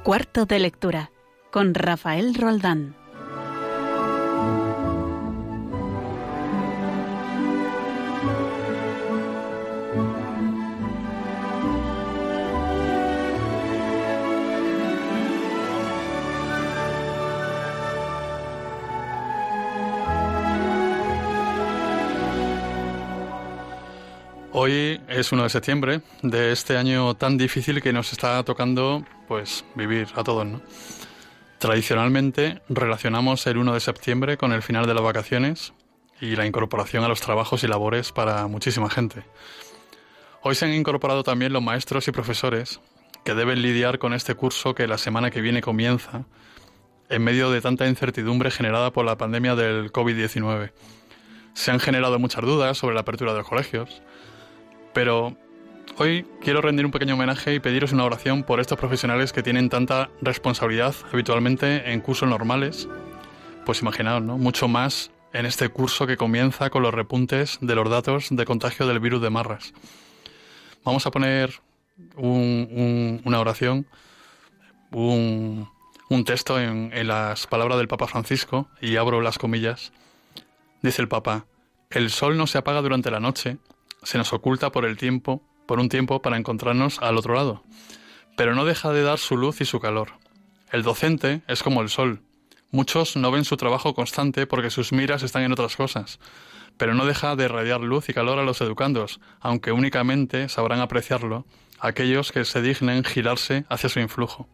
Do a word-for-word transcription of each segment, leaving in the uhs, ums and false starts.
Cuarto de lectura, con Rafael Roldán. Hoy es uno de septiembre de este año tan difícil que nos está tocando pues vivir a todos, ¿no? Tradicionalmente relacionamos el uno de septiembre con el final de las vacaciones y la incorporación a los trabajos y labores para muchísima gente. Hoy se han incorporado también los maestros y profesores que deben lidiar con este curso que la semana que viene comienza en medio de tanta incertidumbre generada por la pandemia del covid diecinueve. Se han generado muchas dudas sobre la apertura de los colegios, pero hoy quiero rendir un pequeño homenaje y pediros una oración por estos profesionales que tienen tanta responsabilidad habitualmente en cursos normales. Pues imaginaos, ¿no? Mucho más en este curso que comienza con los repuntes de los datos de contagio del virus de Marras. Vamos a poner un, un, una oración, un, un texto en, en las palabras del Papa Francisco, y abro las comillas. Dice el Papa: el sol no se apaga durante la noche, se nos oculta por el tiempo, por un tiempo para encontrarnos al otro lado, pero no deja de dar su luz y su calor. El docente es como el sol. Muchos no ven su trabajo constante porque sus miras están en otras cosas, pero no deja de irradiar luz y calor a los educandos, aunque únicamente sabrán apreciarlo aquellos que se dignen girarse hacia su influjo.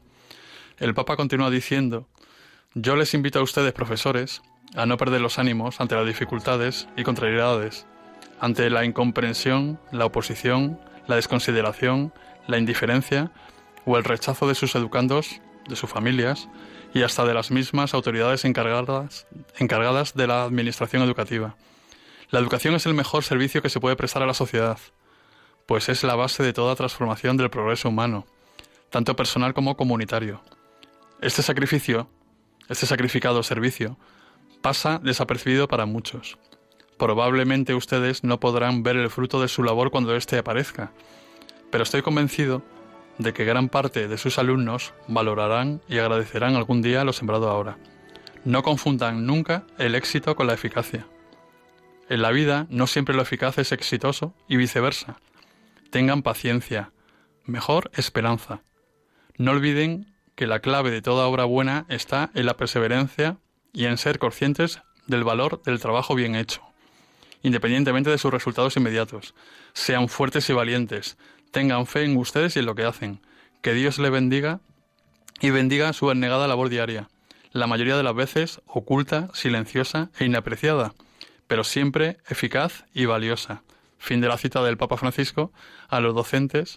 El Papa continúa diciendo: yo les invito a ustedes, profesores, a no perder los ánimos ante las dificultades y contrariedades, ante la incomprensión, la oposición, la desconsideración, la indiferencia o el rechazo de sus educandos, de sus familias y hasta de las mismas autoridades encargadas, encargadas de la administración educativa. La educación es el mejor servicio que se puede prestar a la sociedad, pues es la base de toda transformación del progreso humano, tanto personal como comunitario. Este sacrificio, este sacrificado servicio, pasa desapercibido para muchos. Probablemente ustedes no podrán ver el fruto de su labor cuando éste aparezca, pero estoy convencido de que gran parte de sus alumnos valorarán y agradecerán algún día lo sembrado ahora. No confundan nunca el éxito con la eficacia. En la vida no siempre lo eficaz es exitoso y viceversa. Tengan paciencia, mejor esperanza. No olviden que la clave de toda obra buena está en la perseverancia y en ser conscientes del valor del trabajo bien hecho, independientemente de sus resultados inmediatos. Sean fuertes y valientes, tengan fe en ustedes y en lo que hacen. Que Dios les bendiga y bendiga su abnegada labor diaria, la mayoría de las veces oculta, silenciosa e inapreciada, pero siempre eficaz y valiosa. Fin de la cita del Papa Francisco a los docentes.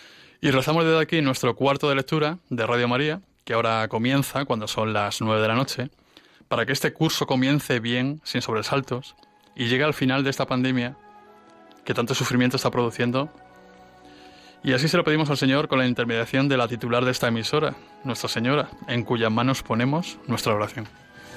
Y rezamos desde aquí nuestro cuarto de lectura de Radio María, que ahora comienza cuando son las nueve de la noche, para que este curso comience bien, sin sobresaltos, y llegue al final de esta pandemia que tanto sufrimiento está produciendo. Y así se lo pedimos al Señor con la intermediación de la titular de esta emisora, Nuestra Señora, en cuyas manos ponemos nuestra oración.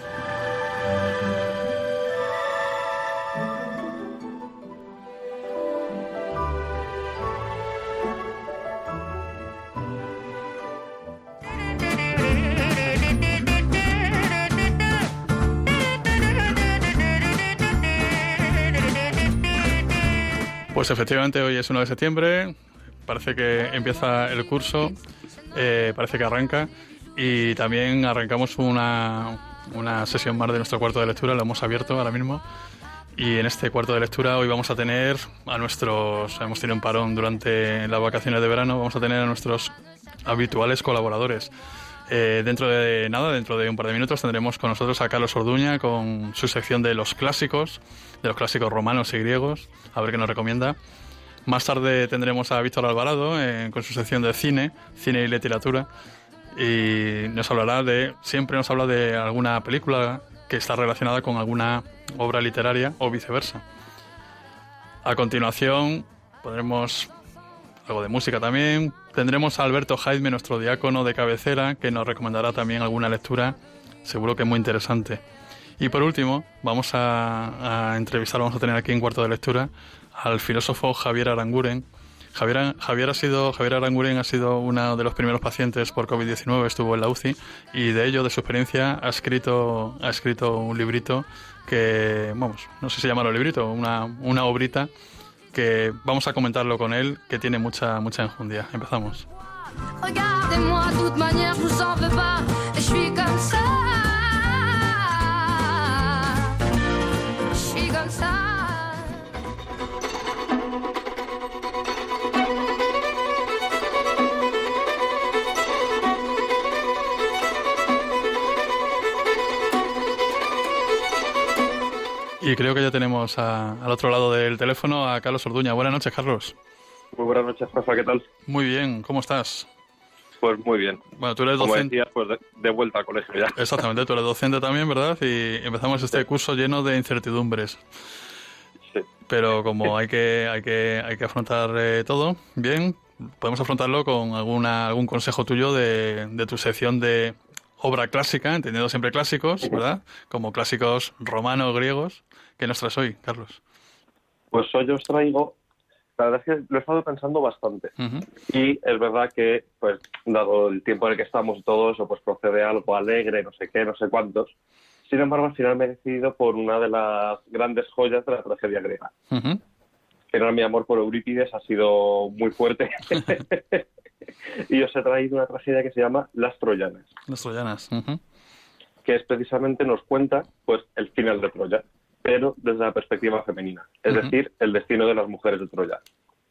Pues efectivamente hoy es uno de septiembre, parece que empieza el curso, eh, parece que arranca, y también arrancamos una, una sesión más de nuestro cuarto de lectura, lo hemos abierto ahora mismo, y en este cuarto de lectura hoy vamos a tener a nuestros, hemos tenido un parón durante las vacaciones de verano, vamos a tener a nuestros habituales colaboradores. Eh, dentro de nada, dentro de un par de minutos tendremos con nosotros a Carlos Orduña con su sección de los clásicos, de los clásicos romanos y griegos, a ver qué nos recomienda. Más tarde tendremos a Víctor Alvarado eh, con su sección de cine, cine y literatura, y nos hablará de, siempre nos habla de alguna película que está relacionada con alguna obra literaria o viceversa. A continuación pondremos algo de música también. Tendremos a Alberto Jaime, nuestro diácono de cabecera, que nos recomendará también alguna lectura, seguro que muy interesante. Y por último, vamos a, a entrevistar, vamos a tener aquí en cuarto de lectura al filósofo Javier Aranguren, Javier, Javier ha sido Javier Aranguren ha sido uno de los primeros pacientes por covid diecinueve, estuvo en la U C I y de ello, de su experiencia, ha escrito ha escrito un librito que, vamos, no sé si llamarlo librito, una, una obrita que vamos a comentarlo con él, que tiene mucha mucha enjundia. Empezamos. Regardez-moi, de toute manière, je vous en veux pas, je suis comme ça. Je suis comme ça. Y creo que ya tenemos a, al otro lado del teléfono a Carlos Orduña. Buenas noches, Carlos. Muy buenas noches, Rafa, ¿qué tal? Muy bien, ¿cómo estás? Pues muy bien. Bueno, tú eres Como docente. decías, pues de, de vuelta al colegio ya. Exactamente, tú eres docente también, ¿verdad? Y empezamos este sí. curso lleno de incertidumbres. Sí. Pero como hay que hay que hay que afrontar eh, todo, bien, podemos afrontarlo con alguna algún consejo tuyo de, de tu sección de obra clásica, entendiendo siempre clásicos, ¿verdad? Como clásicos romanos, griegos. ¿Qué nos traes hoy, Carlos? Pues hoy os traigo, la verdad es que lo he estado pensando bastante. Uh-huh. Y es verdad que, pues, dado el tiempo en el que estamos y todo eso, pues procede algo alegre, no sé qué, no sé cuántos. Sin embargo, al final me he decidido por una de las grandes joyas de la tragedia griega. Uh-huh. Que era mi amor por Eurípides, ha sido muy fuerte. Y os he traído una tragedia que se llama Las Troyanas. Las Troyanas. Uh-huh. Que es precisamente nos cuenta, pues, el final de Troya, pero desde la perspectiva femenina, es uh-huh. decir, el destino de las mujeres de Troya.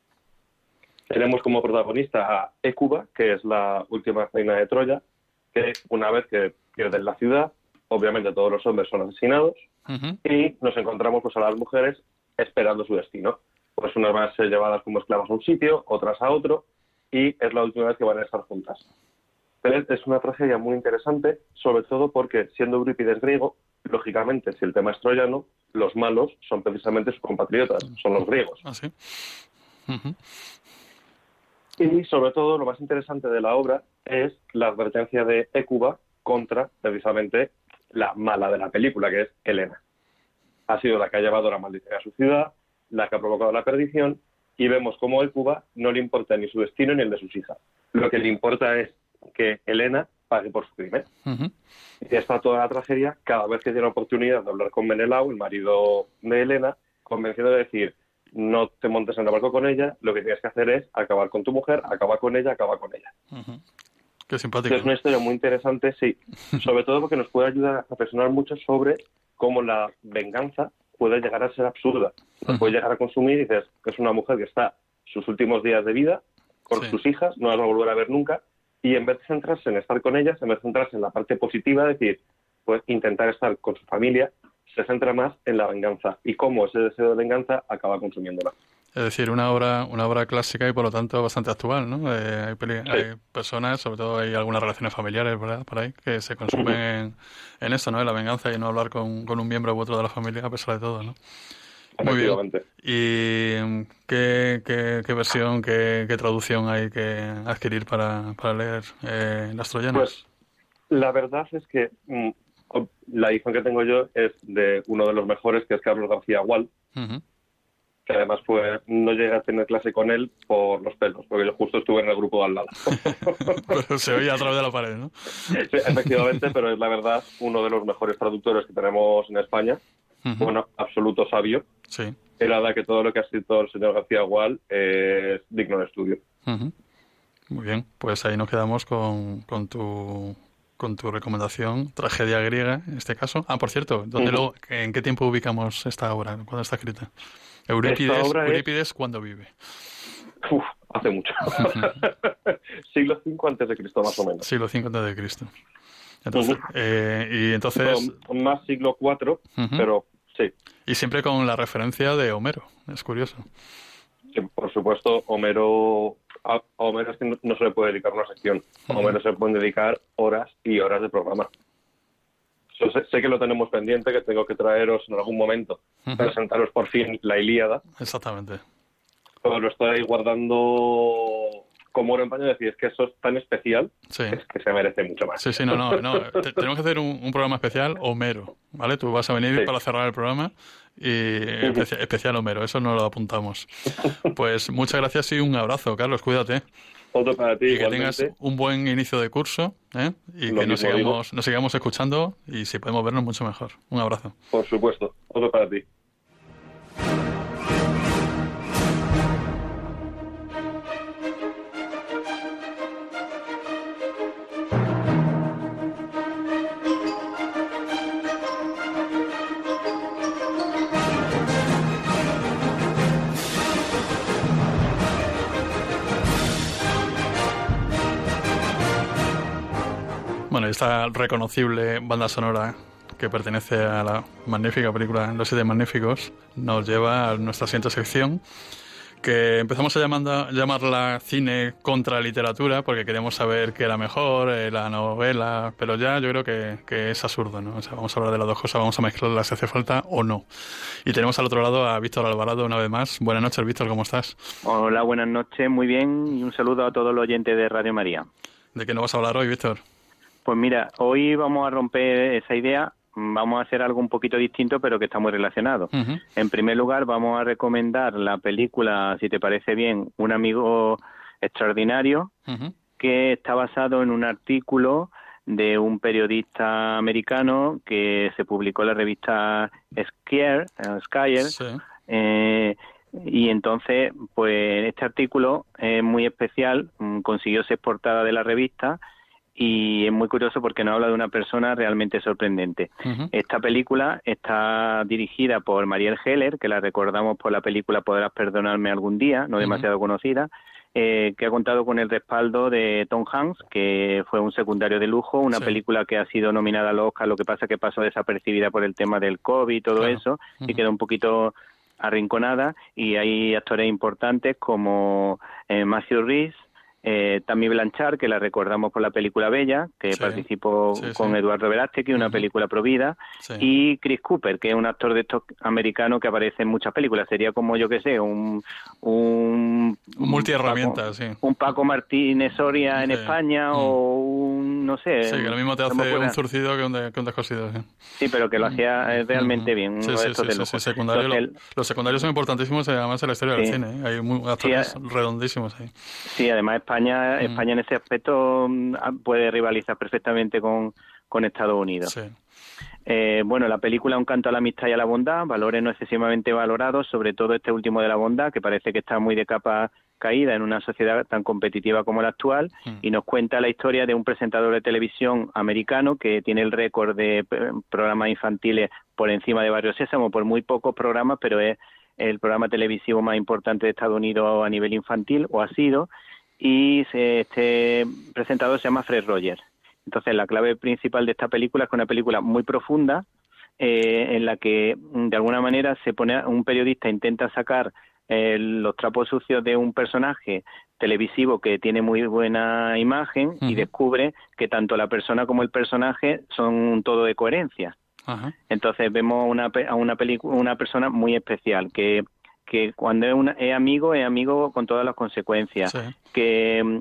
Tenemos como protagonista a Hécuba, que es la última reina de Troya, que una vez que pierden la ciudad, obviamente todos los hombres son asesinados, uh-huh. y nos encontramos pues a las mujeres esperando su destino. Pues unas van a ser llevadas como esclavas a un sitio, otras a otro, y es la última vez que van a estar juntas. Pero es una tragedia muy interesante, sobre todo porque, siendo Eurípides griego, lógicamente, si el tema es troyano, los malos son precisamente sus compatriotas, son los griegos. ¿Ah, sí? Uh-huh. Y, sobre todo, lo más interesante de la obra es la advertencia de Hécuba contra, precisamente, la mala de la película, que es Helena. Ha sido la que ha llevado la maldición a su ciudad, la que ha provocado la perdición, y vemos cómo Hécuba no le importa ni su destino ni el de sus hijas. Lo que le importa es que Helena pague por su crimen. Uh-huh. Y está toda la tragedia cada vez que tiene la oportunidad de hablar con Menelao, el marido de Helena, convenciendo de decir, no te montes en el barco con ella, lo que tienes que hacer es acabar con tu mujer, acabar con ella, acabar con ella. Uh-huh. Qué simpático. Es una historia muy interesante, sí, sobre todo porque nos puede ayudar a reflexionar mucho sobre cómo la venganza puede llegar a ser absurda. Nos uh-huh. puede llegar a consumir y dices que es una mujer que está sus últimos días de vida con sí. sus hijas, no las va a volver a ver nunca, y en vez de centrarse en estar con ellas, en vez de centrarse en la parte positiva, es decir, pues intentar estar con su familia, se centra más en la venganza y cómo ese deseo de venganza acaba consumiéndola. Es decir, una obra una obra clásica y por lo tanto bastante actual, ¿no? Eh, hay, peli- sí. hay personas, sobre todo hay algunas relaciones familiares, ¿verdad? Por ahí, que se consumen en, en eso, ¿no? En la venganza y no hablar con, con un miembro u otro de la familia a pesar de todo, ¿no? Muy bien. ¿Y qué, qué, qué versión, qué, qué traducción hay que adquirir para, para leer eh, Las Troyanas? Pues la verdad es que mm, la edición que tengo yo es de uno de los mejores, que es Carlos García Gual, uh-huh. que además fue, no llegué a tener clase con él por los pelos, porque yo justo estuve en el grupo de al lado. Pero se oía a través de la pared, ¿no? Sí, efectivamente, pero es la verdad uno de los mejores traductores que tenemos en España. Uh-huh. Bueno, absoluto sabio. Sí. Y la verdad que todo lo que ha escrito el señor García Gual es digno de estudio. Uh-huh. Muy bien, pues ahí nos quedamos con, con tu con tu recomendación, tragedia griega, en este caso. Ah, por cierto, ¿dónde uh-huh. lo, ¿en qué tiempo ubicamos esta obra? ¿Cuándo está escrita? Eurípides, Eurípides es... ¿cuándo vive? Uf, hace mucho. Siglo cinco antes de Cristo, más o menos. Siglo cinco antes de Cristo. Entonces, uh-huh. eh, y entonces... No, más siglo cuatro, uh-huh. pero sí. Y siempre con la referencia de Homero, es curioso. Sí, por supuesto, Homero... A Homero es que no, no se le puede dedicar una sección. A uh-huh. Homero se le pueden dedicar horas y horas de programa. Yo sé, sé que lo tenemos pendiente, que tengo que traeros en algún momento, uh-huh. presentaros por fin la Ilíada. Exactamente. Pero lo estoy guardando como oro en paño decir, es que eso es tan especial, sí. es que se merece mucho más. Sí, sí, no, no, no. Te, tenemos que hacer un, un programa especial Homero, ¿vale? Tú vas a venir Sí. para cerrar el programa y especia- especial Homero, eso nos lo apuntamos. Pues muchas gracias y un abrazo, Carlos, cuídate. Otro para ti, Y que igualmente. tengas un buen inicio de curso, ¿eh? Y Lo que nos mismo digo. sigamos, nos sigamos escuchando y si podemos vernos mucho mejor. Un abrazo. Por supuesto, otro para ti. Bueno, esta reconocible banda sonora que pertenece a la magnífica película Los Siete Magníficos nos lleva a nuestra siguiente sección, que empezamos a llamando, llamarla cine contra literatura, porque queremos saber qué era mejor, eh, la novela, pero ya yo creo que, que es absurdo, ¿no? O sea, vamos a hablar de las dos cosas, vamos a mezclarlas si hace falta o no. Y tenemos al otro lado a Víctor Alvarado una vez más. Buenas noches, Víctor, ¿cómo estás? Hola, buenas noches, muy bien, y un saludo a todos los oyentes de Radio María. ¿De qué nos vas a hablar hoy, Víctor? Pues mira, hoy vamos a romper esa idea, vamos a hacer algo un poquito distinto, pero que está muy relacionado. Uh-huh. En primer lugar, vamos a recomendar la película, si te parece bien, Un amigo extraordinario, Uh-huh. que está basado en un artículo de un periodista americano que se publicó en la revista Skier, eh, Skyer, Sí. eh, y entonces, pues este artículo es muy especial, mm, consiguió ser portada de la revista y es muy curioso porque nos habla de una persona realmente sorprendente. Uh-huh. Esta película está dirigida por Marielle Heller, que la recordamos por la película Podrás perdonarme algún día, no demasiado uh-huh. conocida, eh, que ha contado con el respaldo de Tom Hanks, que fue un secundario de lujo, una sí. película que ha sido nominada al Oscar, lo que pasa que pasó desapercibida por el tema del COVID y todo claro. eso, uh-huh. y quedó un poquito arrinconada, y hay actores importantes como eh, Matthew Rhys, Eh, Tammy Blanchard, que la recordamos por la película Bella, que sí, participó sí, con sí. Eduardo Verástegui, una uh-huh. película provida, sí. y Chris Cooper, que es un actor de estos americanos que aparece en muchas películas. Sería como, yo que sé, un... Un, un multiherramienta, sí. Un Paco Martínez Soria en sí. España, mm. o un, no sé... Sí, que lo mismo te hace un zurcido que un, de, que un descosido, sí. Sí, pero que lo hacía realmente uh-huh. bien. Sí, sí, sí, sí, sí, secundario, Entonces, lo, los secundarios son importantísimos, además, en la historia sí. del cine. ¿eh? Hay muy, actores sí, redondísimos ahí. Sí, además España, mm. España en ese aspecto puede rivalizar perfectamente con, con Estados Unidos. Sí. Eh, bueno, la película Un canto a la amistad y a la bondad, valores no excesivamente valorados, sobre todo este último de la bondad, que parece que está muy de capa caída en una sociedad tan competitiva como la actual, mm. y nos cuenta la historia de un presentador de televisión americano que tiene el récord de programas infantiles por encima de Barrio Sésamo, por muy pocos programas, pero es el programa televisivo más importante de Estados Unidos a nivel infantil, o ha sido, y se, este presentador se llama Fred Rogers. Entonces, la clave principal de esta película es que es una película muy profunda, eh, en la que, de alguna manera, se pone un periodista intenta sacar eh, los trapos sucios de un personaje televisivo que tiene muy buena imagen uh-huh. y descubre que tanto la persona como el personaje son un todo de coherencia. Uh-huh. Entonces, vemos una, a una, pelicu- una persona muy especial que... que cuando es, una, es amigo, es amigo con todas las consecuencias, sí. que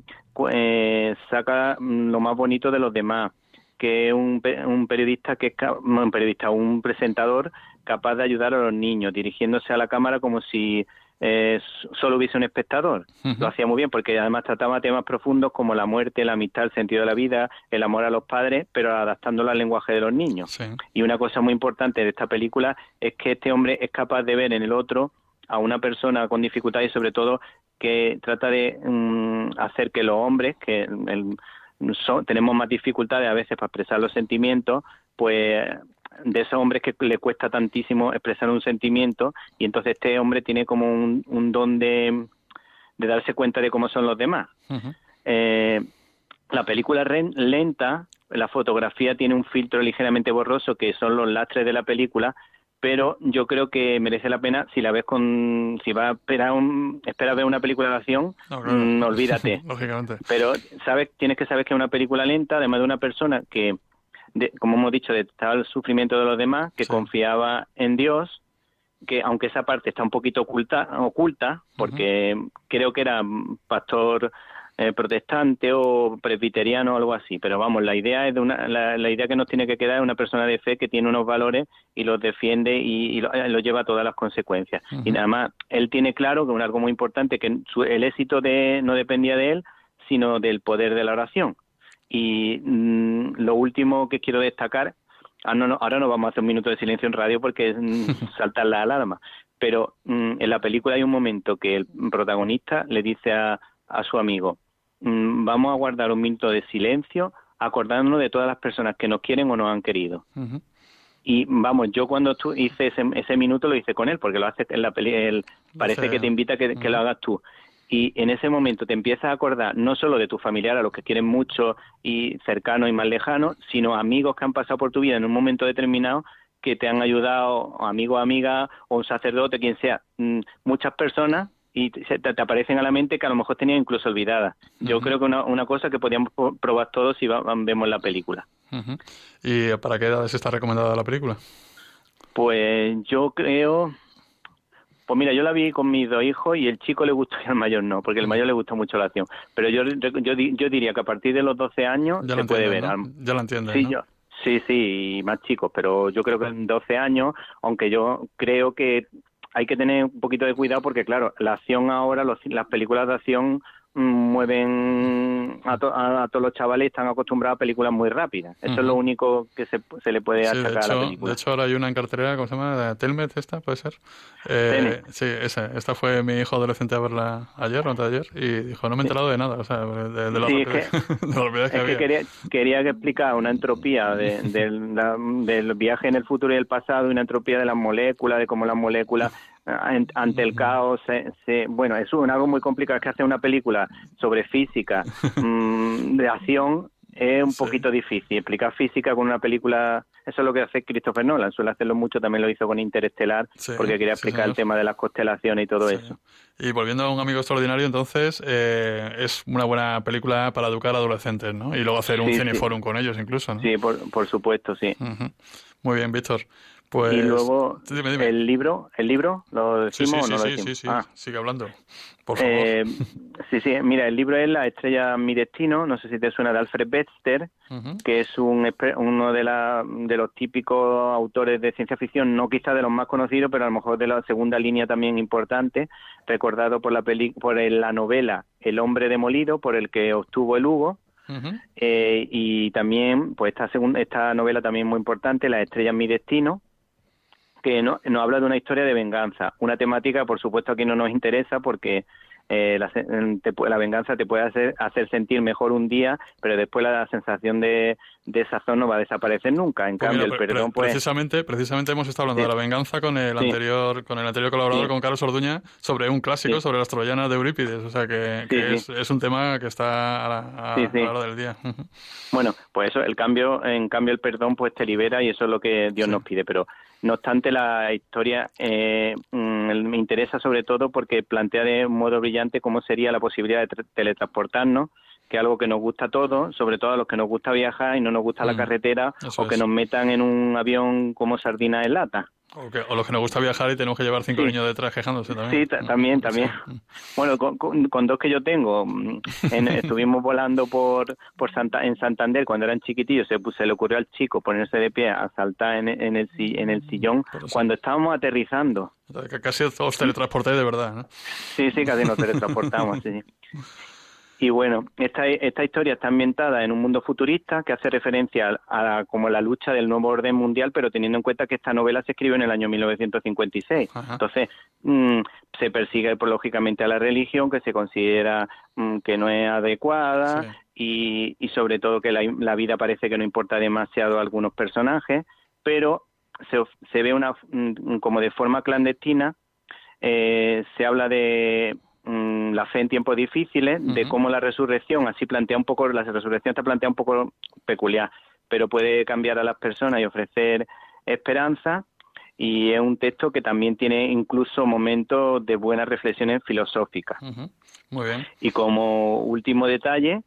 eh, saca lo más bonito de los demás, que es un, un periodista, que es un periodista, un presentador capaz de ayudar a los niños, dirigiéndose a la cámara como si eh, solo hubiese un espectador. Uh-huh. Lo hacía muy bien, porque además trataba temas profundos como la muerte, la amistad, el sentido de la vida, el amor a los padres, pero adaptándolo al lenguaje de los niños. Sí. Y una cosa muy importante de esta película es que este hombre es capaz de ver en el otro a una persona con dificultades, y sobre todo que trata de um, hacer que los hombres, que el, son, tenemos más dificultades a veces para expresar los sentimientos, pues de esos hombres que le cuesta tantísimo expresar un sentimiento, y entonces este hombre tiene como un, un don de, de darse cuenta de cómo son los demás. Uh-huh. Eh, la película es lenta, la fotografía tiene un filtro ligeramente borroso, que son los lastres de la película, pero yo creo que merece la pena si la ves con... si vas a esperar, un, esperar ver una película de acción, no, claro. mmm, olvídate. Lógicamente. Pero sabes, tienes que saber que es una película lenta, además de una persona que, de, como hemos dicho, detestaba el sufrimiento de los demás, que sí. confiaba en Dios, que aunque esa parte está un poquito oculta, oculta porque uh-huh. creo que era pastor eh, protestante o presbiteriano o algo así, pero vamos, la idea es de una, la, la idea que nos tiene que quedar es una persona de fe que tiene unos valores y los defiende y, y lo, lo lleva a todas las consecuencias. Uh-huh. Y nada más, él tiene claro que un algo muy importante, que su, el éxito de no dependía de él, sino del poder de la oración. Y mmm, lo último que quiero destacar, ah, no, no, ahora no vamos a hacer un minuto de silencio en radio porque es mmm, saltar la alarma, pero mmm, en la película hay un momento que el protagonista le dice a, a su amigo, mmm, vamos a guardar un minuto de silencio acordándonos de todas las personas que nos quieren o nos han querido. Uh-huh. Y vamos, yo cuando tú hice ese, ese minuto lo hice con él, porque lo hace en la peli, él, parece sí. que te invita a que, uh-huh. que lo hagas tú. Y en ese momento te empiezas a acordar no solo de tu familiar, a los que quieren mucho y cercanos y más lejanos, sino amigos que han pasado por tu vida en un momento determinado que te han ayudado, amigos, amigas, o un sacerdote, quien sea, mm, muchas personas, y te, te aparecen a la mente que a lo mejor tenías incluso olvidadas. Yo uh-huh. creo que una, una cosa que podríamos probar todos si va, vemos la película. Uh-huh. ¿Y para qué edades está recomendada la película? Pues yo creo... Pues mira, yo la vi con mis dos hijos y el chico le gustó y al mayor no, porque el mayor le gustó mucho la acción. Pero yo yo, yo diría que a partir de los doce años ya se puede ver. ¿no? Ya lo entiendes, sí, ¿no? yo, sí, sí, y más chicos, pero yo creo que en doce años, aunque yo creo que hay que tener un poquito de cuidado porque, claro, la acción ahora, los, las películas de acción mmm, mueven a, to, a, a todos los chavales, están acostumbrados a películas muy rápidas. Eso uh-huh. es lo único que se, se le puede achacar sí, hecho, a la película. De hecho, ahora hay una en cartelera, ¿cómo se llama? ¿Telmet esta? ¿Puede ser? Eh, sí, esa. Esta fue mi hijo adolescente a verla ayer o antes de ayer y dijo, no me he enterado de nada, o sea, de, de la sí, rapidez, es que, de la rapidez que es había. Que quería, quería que explicar una entropía de, de la, del viaje en el futuro y el pasado, y una entropía de las moléculas, de cómo las moléculas ante el caos se, se, bueno, es un, algo muy complicado, es que hacer una película sobre física mmm, de acción es un sí. poquito difícil. Explicar física con una película, eso es lo que hace Christopher Nolan, suele hacerlo mucho, también lo hizo con Interestelar, sí, porque quería explicar sí, el tema de las constelaciones y todo sí. eso. Y volviendo a Un amigo extraordinario, entonces, eh, es una buena película para educar a adolescentes, ¿no? Y luego hacer un sí, cineforum sí. con ellos incluso, ¿no? Sí, por, por supuesto, sí. Uh-huh. Muy bien, Víctor. Pues... Y luego, dime, dime. el libro, ¿el libro lo decimos sí, sí, o no sí, lo decimos? Sí, sí, ah. sigue hablando, por favor. Eh, sí, sí, mira, el libro es La estrella mi destino, no sé si te suena, de Alfred Bester, uh-huh. que es un uno de, la, de los típicos autores de ciencia ficción, no quizá de los más conocidos, pero a lo mejor de la segunda línea también importante, recordado por la, peli, por la novela El hombre demolido, por el que obtuvo el Hugo. Uh-huh. eh, y también, pues esta, segunda, esta novela también muy importante, La estrella mi destino, que no, nos habla de una historia de venganza, una temática, por supuesto, aquí no nos interesa porque eh, la, te, la venganza te puede hacer, hacer sentir mejor un día, pero después la sensación de, de sazón no va a desaparecer nunca. En pues cambio, mira, el perdón, pre- precisamente, pues... precisamente hemos estado hablando sí. de la venganza con el anterior, sí. con el anterior colaborador, sí. con Carlos Orduña, sobre un clásico, sí. sobre las troyanas de Eurípides, o sea que, sí, que sí. Es, es un tema que está a la, a, sí, sí. a la hora del día. Bueno, pues eso, el cambio, en cambio el perdón pues te libera y eso es lo que Dios sí. nos pide, pero no obstante la historia eh, me interesa sobre todo porque plantea de un modo brillante cómo sería la posibilidad de teletransportarnos, que es algo que nos gusta a todos, sobre todo a los que nos gusta viajar y no nos gusta mm, la carretera, o que es. nos metan en un avión como sardinas en lata. O, que, o los que nos gusta viajar y tenemos que llevar cinco sí. niños detrás quejándose también. Sí, t- también, también. Sí. Bueno, con, con, con dos que yo tengo, en, estuvimos volando por por Santa, en Santander cuando eran chiquitillos, se, se le ocurrió al chico ponerse de pie a saltar en, en, el, en el sillón cuando estábamos aterrizando. Casi os teletransportáis de verdad, ¿no? Sí, sí, casi nos teletransportamos, sí. Y bueno, esta, esta historia está ambientada en un mundo futurista que hace referencia a, a como la lucha del nuevo orden mundial, pero teniendo en cuenta que esta novela se escribe en el año mil novecientos cincuenta y seis. Ajá. Entonces, mmm, se persigue pues, lógicamente a la religión, que se considera mmm, que no es adecuada, sí. y, y sobre todo que la, la vida parece que no importa demasiado a algunos personajes, pero se, se ve una mmm, como de forma clandestina, eh, se habla de la fe en tiempos difíciles, uh-huh. de cómo la resurrección, así plantea un poco, la resurrección está plantea un poco peculiar, pero puede cambiar a las personas y ofrecer esperanza, y es un texto que también tiene incluso momentos de buenas reflexiones filosóficas. Uh-huh. Muy bien. Y como último detalle,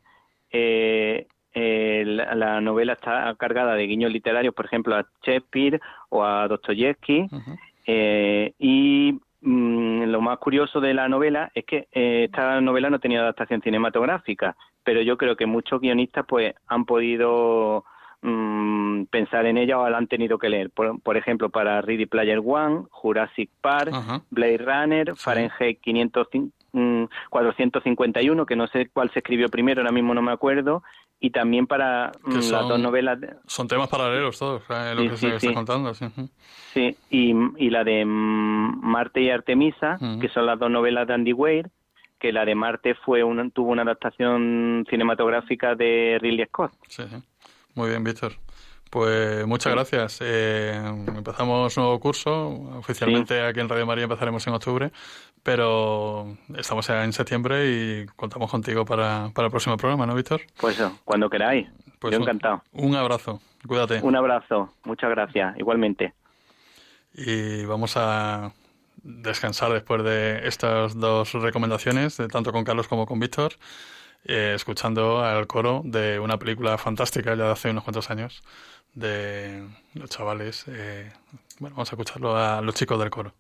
eh, eh, la, la novela está cargada de guiños literarios, por ejemplo, a Shakespeare o a Dostoyevsky, uh-huh. eh, y mmm, lo más curioso de la novela es que eh, esta novela no ha tenido adaptación cinematográfica, pero yo creo que muchos guionistas pues han podido mmm, pensar en ella o la han tenido que leer. Por, por ejemplo, para Ready Player One, Jurassic Park, Ajá. Blade Runner, sí. Fahrenheit quinientos, mmm, cuatrocientos cincuenta y uno, que no sé cuál se escribió primero, ahora mismo no me acuerdo, y también para mmm, son, las dos novelas... De... Son temas paralelos todos, eh, lo sí, que sí, se sí. está contando. Sí, sí y, y la de mmm, Marte y Artemisa, uh-huh. que son las dos novelas de Andy Weir, que la de Marte fue una, tuvo una adaptación cinematográfica de Ridley Scott. Sí, sí. Muy bien, Víctor. Pues muchas sí. gracias. Eh, empezamos un nuevo curso. Oficialmente sí. aquí en Radio María empezaremos en octubre, pero estamos ya en septiembre y contamos contigo para, para el próximo programa, ¿no, Víctor? Pues eso, cuando queráis. Pues Yo un, encantado. Un abrazo. Cuídate. Un abrazo. Muchas gracias. Igualmente. Y vamos a descansar después de estas dos recomendaciones, de tanto con Carlos como con Víctor, eh, escuchando al coro de una película fantástica ya de hace unos cuantos años de los chavales. Eh, bueno, vamos a escucharlo a los chicos del coro.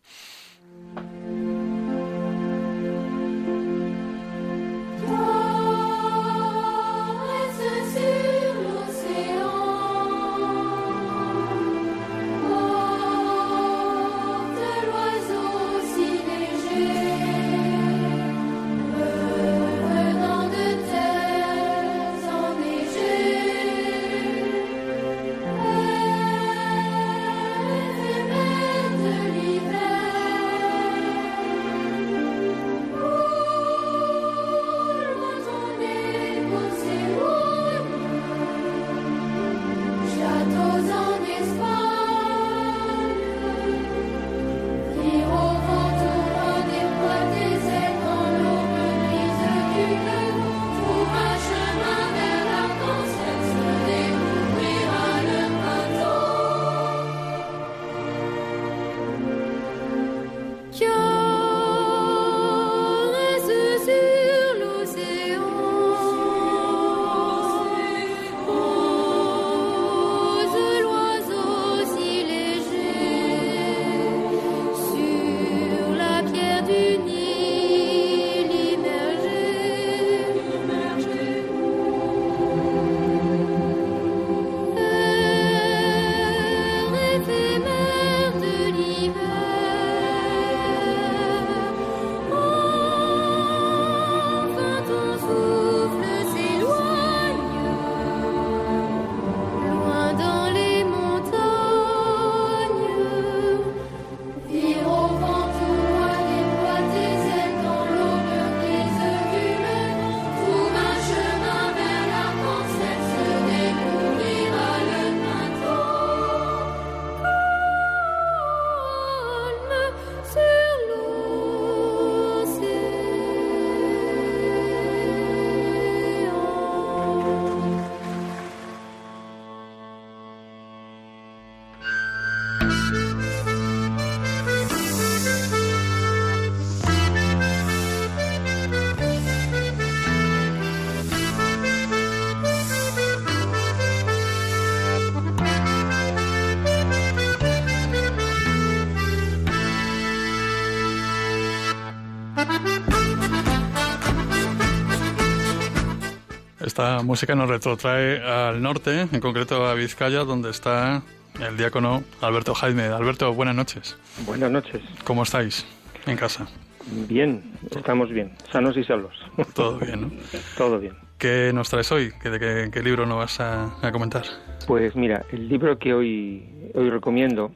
Esta música nos retrotrae al norte, en concreto a Vizcaya, donde está el diácono Alberto Jaime. Alberto, buenas noches. Buenas noches. ¿Cómo estáis en casa? Bien, estamos bien, sanos y salvos. Todo bien, ¿no? Todo bien. ¿Qué nos traes hoy? ¿Qué, qué, qué libro nos vas a, a comentar? Pues mira, el libro que hoy, hoy recomiendo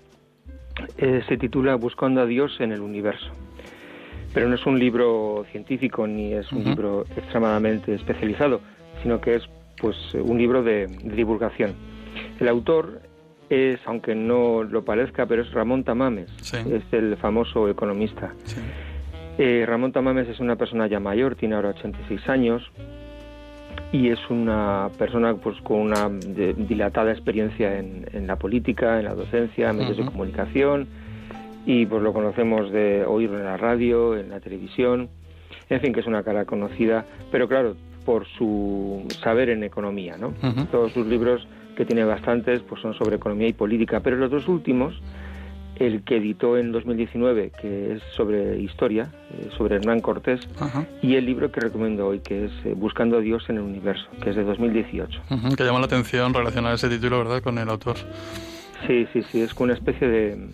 eh, se titula Buscando a Dios en el Universo. Pero no es un libro científico ni es un uh-huh. libro extremadamente especializado, sino que es pues un libro de, de divulgación. El autor es, aunque no lo parezca, pero es Ramón Tamames, sí. es el famoso economista. Sí. Eh, Ramón Tamames es una persona ya mayor, tiene ahora ochenta y seis años, y es una persona pues con una de, dilatada experiencia en, en la política, en la docencia, en medios uh-huh. de comunicación, y pues lo conocemos de oírlo en la radio, en la televisión, en fin, que es una cara conocida, pero claro, por su saber en economía, ¿no? Uh-huh. Todos sus libros, que tiene bastantes, pues son sobre economía y política, pero los dos últimos el que editó en dos mil diecinueve, que es sobre historia, eh, sobre Hernán Cortés, Ajá. y el libro que recomiendo hoy, que es eh, Buscando a Dios en el Universo, que es de dos mil dieciocho. Uh-huh, que llama la atención relacionar ese título, ¿verdad?, con el autor. Sí, sí, sí, es como una especie de,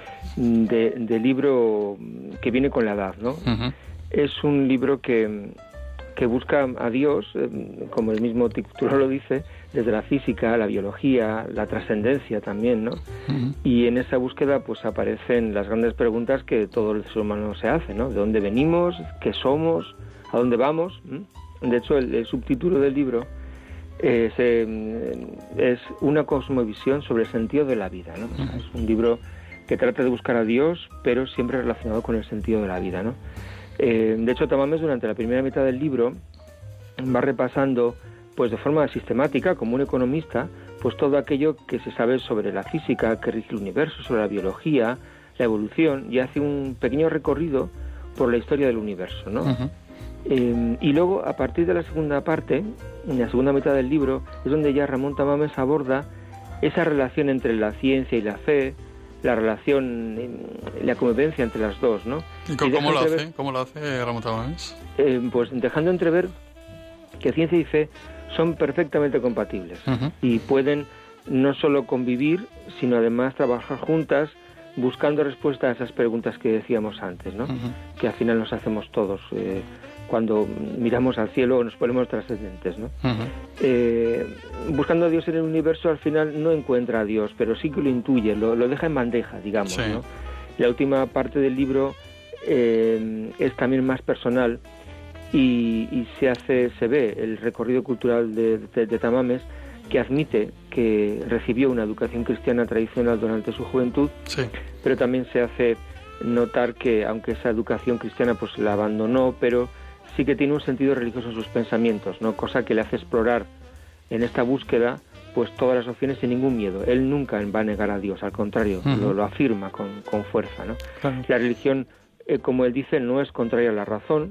de, de libro que viene con la edad, ¿no? Uh-huh. Es un libro que, que busca a Dios, eh, como el mismo título lo dice, desde la física, la biología, la trascendencia también, ¿no? Uh-huh. Y en esa búsqueda pues aparecen las grandes preguntas que todo el ser humano se hace, ¿no? ¿De dónde venimos? ¿Qué somos? ¿A dónde vamos? ¿Mm? De hecho, el, el subtítulo del libro es, eh, es una cosmovisión sobre el sentido de la vida, ¿no? O sea, es un libro que trata de buscar a Dios, pero siempre relacionado con el sentido de la vida, ¿no? Eh, de hecho, Tamames durante la primera mitad del libro va repasando pues de forma sistemática, como un economista, pues todo aquello que se sabe sobre la física, que rige el universo, sobre la biología, la evolución, y hace un pequeño recorrido por la historia del universo, ¿no? Uh-huh. Eh, y luego, a partir de la segunda parte, en la segunda mitad del libro, es donde ya Ramón Tamames aborda esa relación entre la ciencia y la fe, la relación, la convivencia entre las dos, ¿no? ¿Y cómo, y cómo lo hace? ¿Cómo lo hace Ramón Tamames? Eh, pues dejando entrever que ciencia y fe son perfectamente compatibles, uh-huh, y pueden no solo convivir, sino además trabajar juntas buscando respuestas a esas preguntas que decíamos antes, ¿no? Uh-huh. Que al final nos hacemos todos eh, cuando miramos al cielo o nos ponemos trascendentes, ¿no? Uh-huh. Eh, buscando a Dios en el universo, al final no encuentra a Dios, pero sí que lo intuye, lo, lo deja en bandeja, digamos, sí, ¿no? La última parte del libro eh, es también más personal. Y, y se hace, se ve el recorrido cultural de, de, de Tamames, que admite que recibió una educación cristiana tradicional durante su juventud, sí, pero también se hace notar que aunque esa educación cristiana pues la abandonó, pero sí que tiene un sentido religioso en sus pensamientos, ¿no? Cosa que le hace explorar en esta búsqueda pues todas las opciones sin ningún miedo. Él nunca va a negar a Dios, al contrario, uh-huh, lo, lo afirma con, con fuerza, ¿no? Claro. La religión, eh, como él dice, no es contraria a la razón.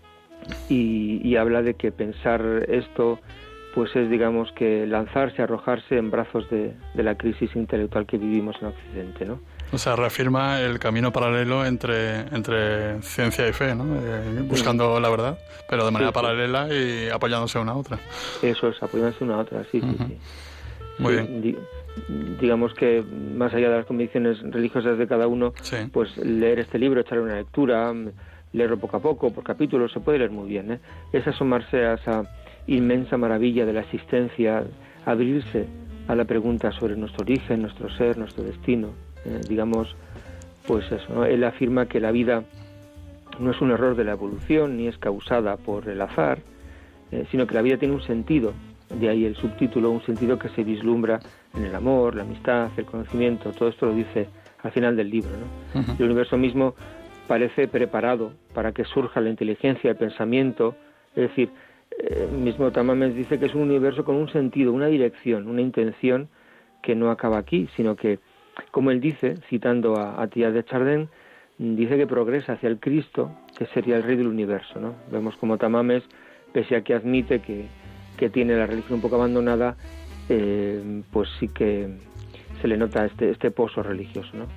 Y, y habla de que pensar esto pues es, digamos, que lanzarse, arrojarse en brazos de, de la crisis intelectual que vivimos en Occidente, ¿no? O sea, reafirma el camino paralelo entre, entre ciencia y fe, ¿no? Eh, buscando sí, la verdad, pero de manera sí, paralela y apoyándose una a otra. Eso es, apoyándose una a otra, sí, uh-huh, sí, sí. Muy sí, bien. Di, digamos que más allá de las convicciones religiosas de cada uno, sí, pues leer este libro, echarle una lectura, leerlo poco a poco, por capítulos, se puede leer muy bien, ¿eh? Es asomarse a esa inmensa maravilla de la existencia, abrirse a la pregunta sobre nuestro origen, nuestro ser, nuestro destino, eh, digamos, pues eso, ¿no? Él afirma que la vida no es un error de la evolución, ni es causada por el azar, eh, sino que la vida tiene un sentido, de ahí el subtítulo, un sentido que se vislumbra en el amor, la amistad, el conocimiento, todo esto lo dice al final del libro, ¿no? Uh-huh. El universo mismo parece preparado para que surja la inteligencia, el pensamiento, es decir, eh, mismo Tamames dice que es un universo con un sentido, una dirección, una intención que no acaba aquí, sino que, como él dice, citando a, a Teilhard de Chardin, dice que progresa hacia el Cristo, que sería el Rey del universo, ¿no? Vemos como Tamames, pese a que admite que, que tiene la religión un poco abandonada, eh, pues sí que se le nota este, este pozo religioso, ¿no?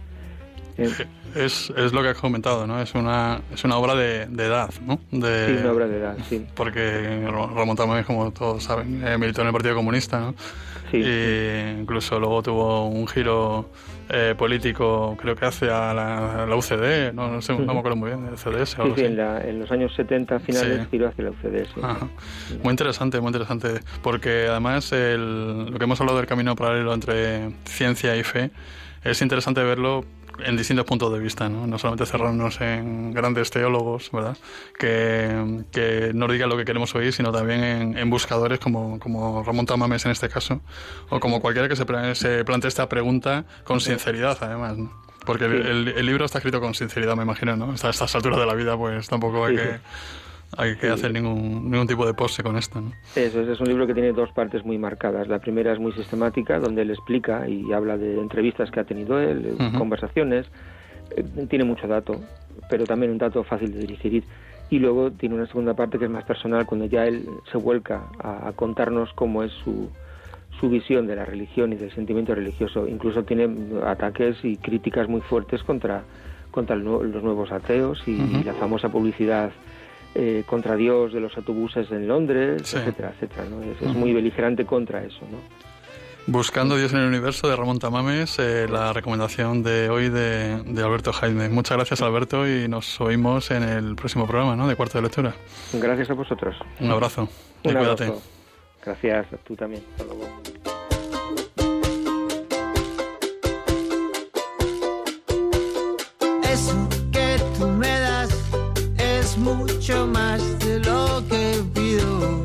Es, es lo que has comentado, ¿no? Es una, es una obra de, de edad, ¿no? De, sí, una obra de edad, sí. Porque Ramón Tamames, como todos saben, eh, militó en el Partido Comunista, ¿no? Sí. Y incluso luego tuvo un giro eh, político, creo que hacia la, la U C D, no, no sé, uh-huh, no me acuerdo muy bien, el C D S o sí, algo sí, así. En, la, en los años setenta finales, sí, giró hacia la U C D S. Ajá. Muy interesante, muy interesante, porque además el, lo que hemos hablado del camino paralelo entre ciencia y fe, es interesante verlo en distintos puntos de vista, ¿no? No solamente cerrarnos en grandes teólogos, ¿verdad? Que, que nos digan lo que queremos oír, sino también en, en buscadores como, como Ramón Tamames en este caso, o como cualquiera que se, se plantee esta pregunta con sinceridad, además, ¿no? Porque el, el, el libro está escrito con sinceridad, me imagino, ¿no? A estas alturas de la vida, pues tampoco hay sí, que... Hay que sí. hacer ningún, ningún tipo de pose con esto, ¿no? Eso, es un libro que tiene dos partes muy marcadas. La primera es muy sistemática, donde él explica y habla de entrevistas que ha tenido él, uh-huh, conversaciones. Eh, tiene mucho dato, pero también un dato fácil de digerir. Y luego tiene una segunda parte que es más personal, cuando ya él se vuelca a, a contarnos cómo es su, su visión de la religión y del sentimiento religioso. Incluso tiene ataques y críticas muy fuertes contra, contra los nuevos ateos y, uh-huh. y la famosa publicidad eh, contra Dios de los autobuses en Londres, sí. etcétera, etcétera, ¿no? Es, uh-huh. es muy beligerante contra eso, ¿no? Buscando Dios en el universo, de Ramón Tamames, eh, la recomendación de hoy de, de Alberto Jaime. Muchas gracias, Alberto, y nos oímos en el próximo programa, ¿no?, de Cuarto de Lectura. Gracias a vosotros. Un abrazo. Un y abrazo. Cuídate. Gracias, tú también. Hasta luego. Eso que tú me das es mucho más de lo que pido.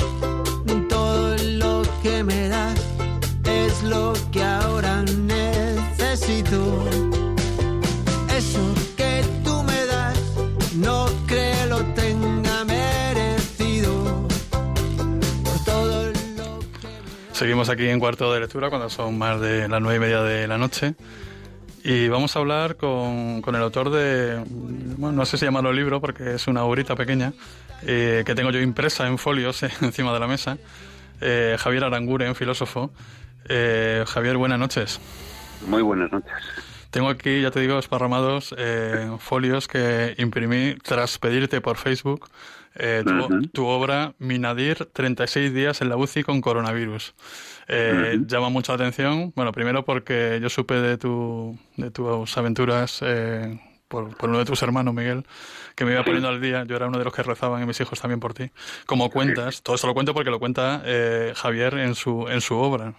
Todo lo que me das es lo que ahora necesito. Eso que tú me das no creo lo tenga merecido. Por todo lo que me... Seguimos aquí en Cuarto de Lectura cuando son más de las nueve y media de la noche. Y vamos a hablar con, con el autor de, bueno, no sé si llamarlo libro porque es una obrita pequeña, eh, que tengo yo impresa en folios eh, encima de la mesa, eh, Javier Aranguren, filósofo. Eh, Javier, buenas noches. Muy buenas noches. Tengo aquí, ya te digo, esparramados eh, folios que imprimí tras pedirte por Facebook eh, tu, uh-huh. tu obra Minadir, treinta y seis días en la U C I con coronavirus. Eh, uh-huh. Llama mucho la atención, bueno, primero porque yo supe de, tu, de tus aventuras eh, por, por uno de tus hermanos, Miguel, que me iba poniendo al día. Yo era uno de los que rezaban y mis hijos también por ti. Como cuentas, todo esto lo cuento porque lo cuenta eh, Javier en su, en su obra.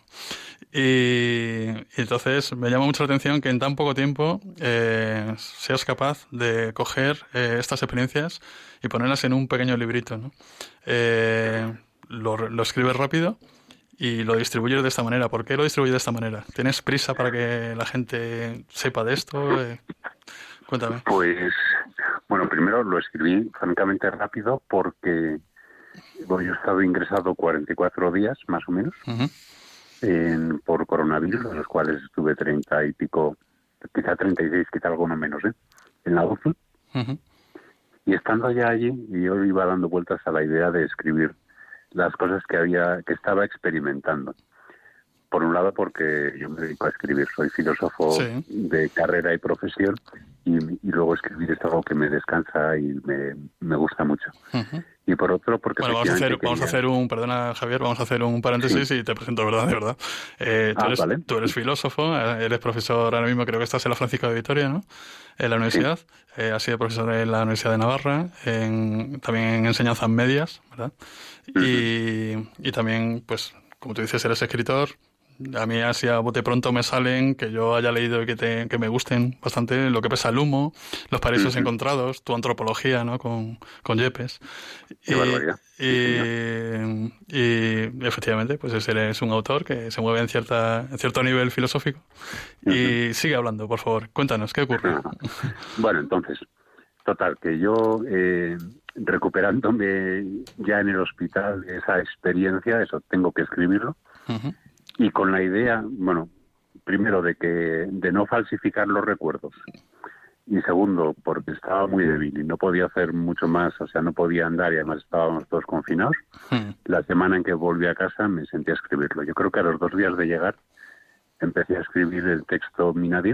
Y, y entonces me llama mucho la atención que en tan poco tiempo eh, seas capaz de coger eh, estas experiencias y ponerlas en un pequeño librito, ¿no? Eh, lo, lo escribes rápido y lo distribuyes de esta manera. ¿Por qué lo distribuyes de esta manera? ¿Tienes prisa para que la gente sepa de esto? Eh, cuéntame. Pues, bueno, primero lo escribí francamente rápido porque bueno, yo he estado ingresado cuarenta y cuatro días, más o menos, uh-huh. en, por coronavirus, de los cuales estuve treinta y pico, quizá treinta y seis, quizá alguno menos, ¿eh? en la U C I. Uh-huh. Y estando ya allí, yo iba dando vueltas a la idea de escribir las cosas que había, que estaba experimentando. Por un lado, porque yo me dedico a escribir, soy filósofo sí. de carrera y profesión, y, y luego escribir es algo que me descansa y me, me gusta mucho. Uh-huh. Y por otro, porque... Bueno, vamos a hacer, quería... vamos a hacer un, perdona Javier, vamos a hacer un paréntesis sí. y te presento, ¿verdad? De verdad. Eh, tú, ah, eres, vale. tú eres filósofo, eres profesor ahora mismo, creo que estás en la Francisco de Vitoria, ¿no? En la universidad. Sí. Eh, has sido profesor en la Universidad de Navarra, en, también en enseñanzas medias, ¿verdad? Uh-huh. Y, y también, pues, como tú dices, eres escritor. A mí así a bote pronto me salen que yo haya leído y que, te, que me gusten bastante Lo que pesa el humo, Los paraísos uh-huh. encontrados, tu antropología, ¿no? Con, con Yepes. Qué barbaridad. Y, y, y efectivamente, pues eres un autor que se mueve en cierta en cierto nivel filosófico. Uh-huh. Y sigue hablando, por favor. Cuéntanos, ¿qué ocurre? Uh-huh. Bueno, entonces, total, que yo eh, recuperándome ya en el hospital de esa experiencia, eso tengo que escribirlo. Uh-huh. Y con la idea, bueno, primero de que de no falsificar los recuerdos y segundo porque estaba muy débil y no podía hacer mucho más, o sea, no podía andar y además estábamos todos confinados. Hmm. La semana en que volví a casa me senté a escribirlo. Yo creo que a los dos días de llegar empecé a escribir el texto Minadir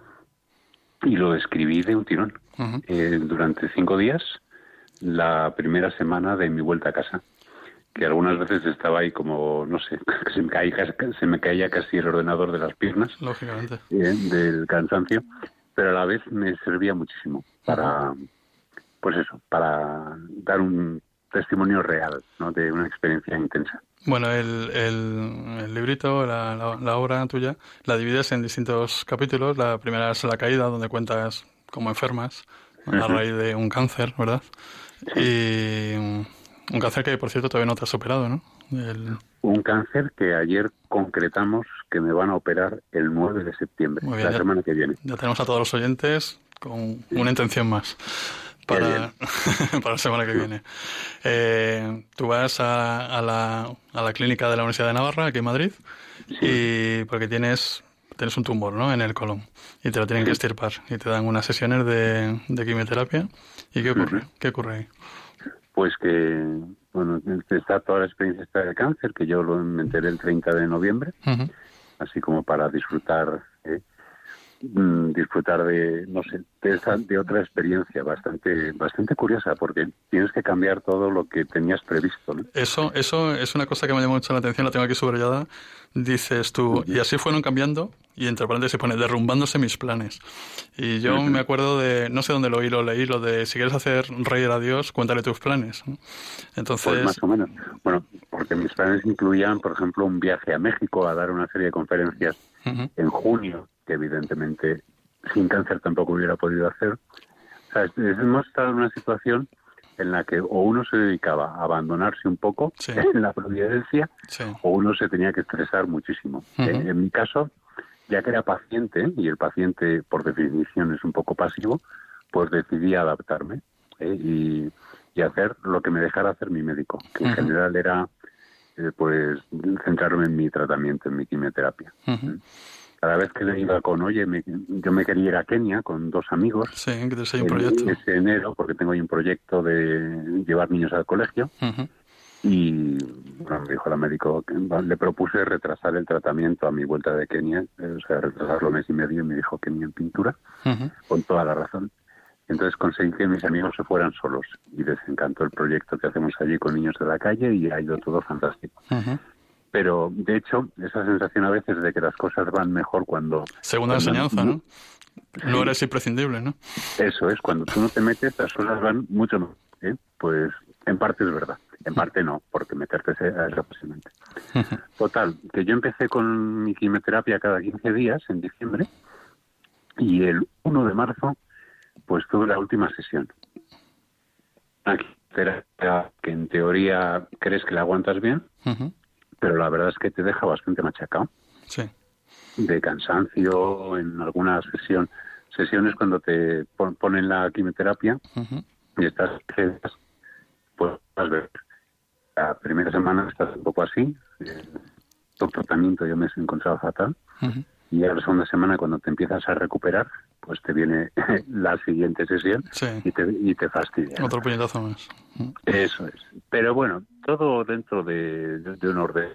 y lo escribí de un tirón. Uh-huh. Eh, durante cinco días, la primera semana de mi vuelta a casa. Que algunas veces estaba ahí como, no sé, se me caía, se me caía casi el ordenador de las piernas. Lógicamente. Eh, del cansancio, pero a la vez me servía muchísimo para, pues eso, para dar un testimonio real, ¿no? De una experiencia intensa. Bueno, el, el, el librito, la, la, la obra tuya, la divides en distintos capítulos. La primera es La caída, donde cuentas cómo enfermas a uh-huh. raíz de un cáncer, ¿verdad? Sí. Y... Un cáncer que, por cierto, todavía no te has superado, ¿no? El... Un cáncer que ayer concretamos que me van a operar el nueve de septiembre, bien, la ya, semana que viene. Ya tenemos a todos los oyentes con sí. una intención más para, para la semana que sí. viene. Eh, tú vas a, a, la, a la clínica de la Universidad de Navarra, aquí en Madrid, sí. y porque tienes... tienes un tumor, ¿no?, en el colon y te lo tienen sí. que extirpar y te dan unas sesiones de, de quimioterapia. ¿Y qué ocurre? Uh-huh. ¿Qué ocurre ahí? pues que, bueno, está toda la experiencia esta de cáncer, que yo lo me enteré el treinta de noviembre, uh-huh. así como para disfrutar, ¿eh? disfrutar de, no sé, de, esa, de otra experiencia bastante bastante curiosa, porque tienes que cambiar todo lo que tenías previsto, ¿no? Eso eso es una cosa que me llama mucho la atención, la tengo aquí subrayada. Dices tú, uh-huh. y así fueron cambiando, y entre paréntesis pone, derrumbándose mis planes. Y yo uh-huh. me acuerdo de, no sé dónde lo oí, lo leí, lo de, si quieres hacer reír a Dios, cuéntale tus planes, ¿no? Entonces... Pues más o menos. Bueno, porque mis planes incluían, por ejemplo, un viaje a México a dar una serie de conferencias uh-huh. en junio, que evidentemente sin cáncer tampoco hubiera podido hacer. O sea, hemos estado en una situación en la que o uno se dedicaba a abandonarse un poco sí. en la providencia sí. o uno se tenía que estresar muchísimo. Uh-huh. En, en mi caso, ya que era paciente, y el paciente por definición es un poco pasivo, pues decidí adaptarme ¿eh? y, y hacer lo que me dejara hacer mi médico, que uh-huh. en general era eh, pues centrarme en mi tratamiento, en mi quimioterapia. Uh-huh. Cada vez que le iba con, oye, me, yo me quería ir a Kenia con dos amigos. Sí, que te un proyecto. Ese enero, porque tengo ahí un proyecto de llevar niños al colegio. Uh-huh. Y bueno, me dijo la médico, que le propuse retrasar el tratamiento a mi vuelta de Kenia, o sea, retrasarlo mes y medio, y me dijo Kenia en pintura, uh-huh. con toda la razón. Entonces conseguí que mis amigos se fueran solos y les encantó el proyecto que hacemos allí con niños de la calle y ha ido todo fantástico. Uh-huh. Pero, de hecho, esa sensación a veces de que las cosas van mejor cuando... Segunda cuando enseñanza, ¿no? Sí. No eres imprescindible, ¿no? Eso es, cuando tú no te metes, las cosas van mucho mejor, ¿eh? Pues, en parte es verdad, en parte no, porque meterte es apasionante. Total, que yo empecé con mi quimioterapia cada quince días, en diciembre, y el primero de marzo, pues tuve la última sesión. Una quimioterapia que en teoría crees que la aguantas bien, uh-huh. pero la verdad es que te deja bastante machacado. Sí. De cansancio, en alguna sesión, sesiones cuando te ponen la quimioterapia uh-huh. y estás, pues vas a ver, la primera semana estás un poco así, el tratamiento yo me he encontrado fatal, uh-huh. y a la segunda semana cuando te empiezas a recuperar, pues te viene la siguiente sesión sí. y, te, y te fastidia. Otro puñetazo más. Eso es. Pero bueno, todo dentro de, de, de un orden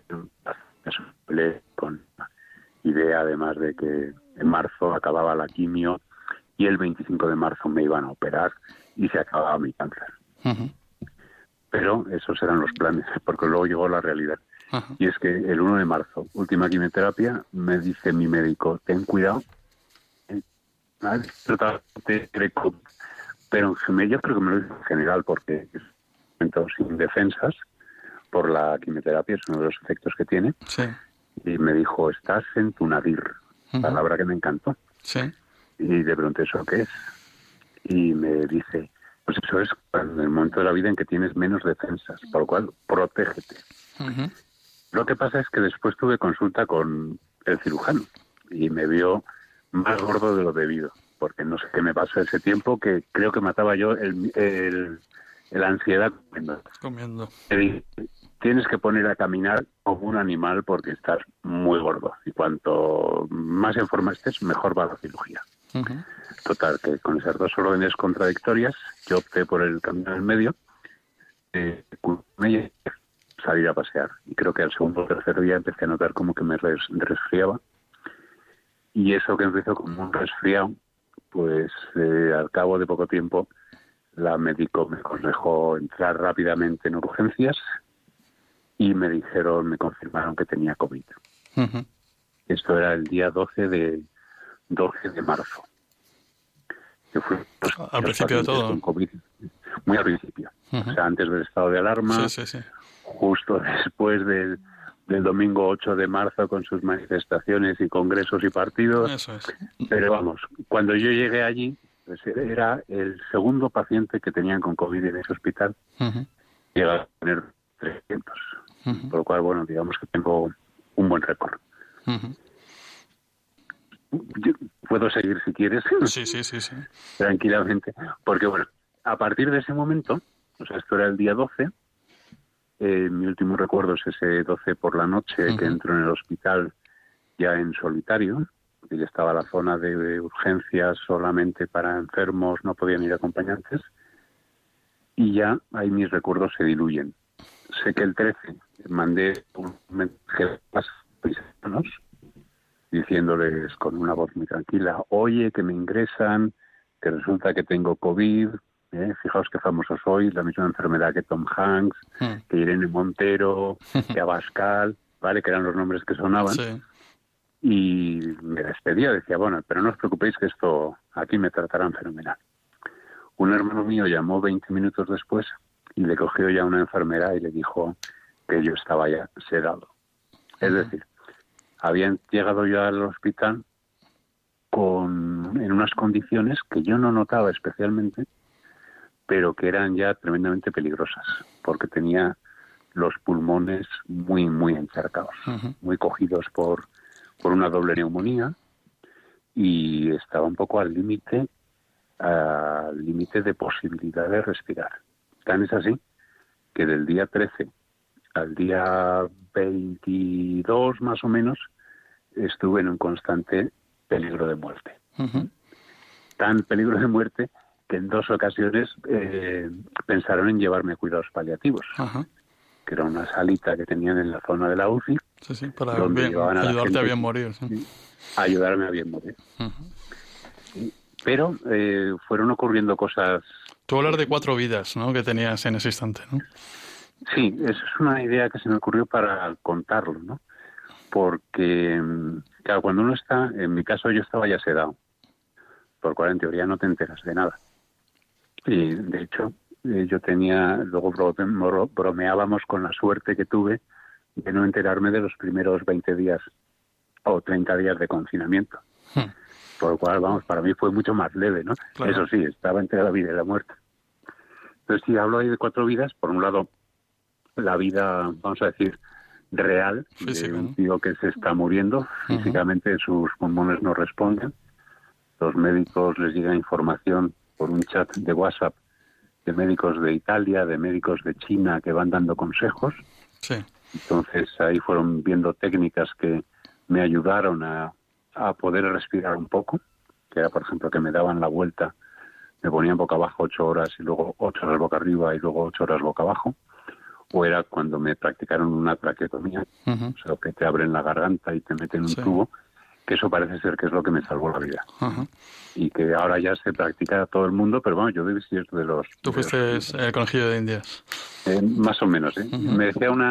con idea además de que en marzo acababa la quimio y el veinticinco de marzo me iban a operar y se acababa mi cáncer. Uh-huh. Pero esos eran los planes, porque luego llegó la realidad. Uh-huh. Y es que el primero de marzo, última quimioterapia, me dice mi médico, ten cuidado, pero yo creo que me lo dice en general porque es sin defensas por la quimioterapia, es uno de los efectos que tiene. Sí. Y me dijo, estás en tu nadir, uh-huh. palabra que me encantó. Sí. Y le pregunté, ¿eso qué es? Y me dice, pues eso es en el momento de la vida en que tienes menos defensas, por lo cual, protégete. Uh-huh. Lo que pasa es que después tuve consulta con el cirujano y me vio más gordo de lo debido, porque no sé qué me pasó ese tiempo, que creo que mataba yo el, el, la ansiedad comiendo. comiendo. Y tienes que poner a caminar como un animal porque estás muy gordo, y cuanto más en forma estés, mejor va la cirugía. Uh-huh. Total, que con esas dos órdenes contradictorias, yo opté por el camino del medio, eh, salir a pasear, y creo que al segundo o tercer día empecé a notar como que me res, resfriaba. Y eso que empezó como un resfriado, pues eh, al cabo de poco tiempo la médico me aconsejó entrar rápidamente en urgencias y me dijeron, me confirmaron que tenía COVID. Uh-huh. Esto era el día doce de marzo. Que fue, pues, al principio de todo. Con COVID, muy al principio. Uh-huh. O sea, antes del estado de alarma, sí, sí, sí. justo después del... del domingo ocho de marzo con sus manifestaciones y congresos y partidos. Eso es. Pero vamos, cuando yo llegué allí, pues era el segundo paciente que tenían con COVID en ese hospital. Uh-huh. Llega a tener trescientos. Uh-huh. Por lo cual, bueno, digamos que tengo un buen récord. Uh-huh. Yo puedo seguir si quieres. Sí, sí, sí, sí. Tranquilamente. Porque, bueno, a partir de ese momento, o sea, esto era el día doce, Eh, mi último recuerdo es ese doce por la noche uh-huh. que entro en el hospital ya en solitario, porque ya estaba la zona de urgencias solamente para enfermos, no podían ir acompañantes. y ya ahí mis recuerdos se diluyen. Sé que el trece mandé un mensaje a los paisanos diciéndoles con una voz muy tranquila, oye, que me ingresan, que resulta que tengo COVID, ¿eh? Fijaos qué famoso soy, la misma enfermedad que Tom Hanks, hmm. que Irene Montero, que Abascal, ¿vale? Que eran los nombres que sonaban. Sí. Y me despedía, decía, bueno, pero no os preocupéis que esto aquí me tratarán fenomenal. Un hermano mío llamó veinte minutos después y le cogió ya una enfermera y le dijo que yo estaba ya sedado. Es uh-huh. decir, habían llegado yo al hospital con en unas condiciones que yo no notaba especialmente, pero que eran ya tremendamente peligrosas, porque tenía los pulmones muy, muy encharcados, uh-huh. muy cogidos por, por una doble neumonía, y estaba un poco al límite, al límite de posibilidad de respirar. Tan es así que del día trece al día veintidós más o menos estuve en un constante peligro de muerte. Uh-huh. Tan peligro de muerte que en dos ocasiones eh, pensaron en llevarme a cuidados paliativos, uh-huh. que era una salita que tenían en la zona de la U C I, sí, sí, para bien, a ayudarte gente, a bien morir. Sí. A ayudarme a bien morir. Uh-huh. Pero eh, fueron ocurriendo cosas... Tú hablas de cuatro vidas, ¿no?, que tenías en ese instante, ¿no? Sí, eso es una idea que se me ocurrió para contarlo, ¿no? Porque, claro, cuando uno está, en mi caso yo estaba ya sedado, por cual en teoría no te enteras de nada. Y de hecho, yo tenía, luego bromeábamos con la suerte que tuve de no enterarme de los primeros veinte días o treinta días de confinamiento. Hmm. Por lo cual, vamos, para mí fue mucho más leve, ¿no? Claro. Eso sí, estaba entre la vida y la muerte. Entonces, si hablo ahí de cuatro vidas, por un lado, la vida, vamos a decir, real, Física, de un tío que se está muriendo, uh-huh. físicamente sus pulmones no responden, los médicos les llega información por un chat de WhatsApp de médicos de Italia, de médicos de China que van dando consejos. Sí. Entonces ahí fueron viendo técnicas que me ayudaron a, a poder respirar un poco, que era, por ejemplo, que me daban la vuelta, me ponían boca abajo ocho horas y luego ocho horas boca arriba y luego ocho horas boca abajo. O era cuando me practicaron una traqueotomía, uh-huh. o sea, que te abren la garganta y te meten un sí. tubo, que eso parece ser que es lo que me salvó la vida. Uh-huh. Y que ahora ya se practica a todo el mundo, pero bueno, yo debí ser de los... Tú fuiste los, el conejillo de Indias. Eh, más o menos, ¿eh? Uh-huh. Me decía una,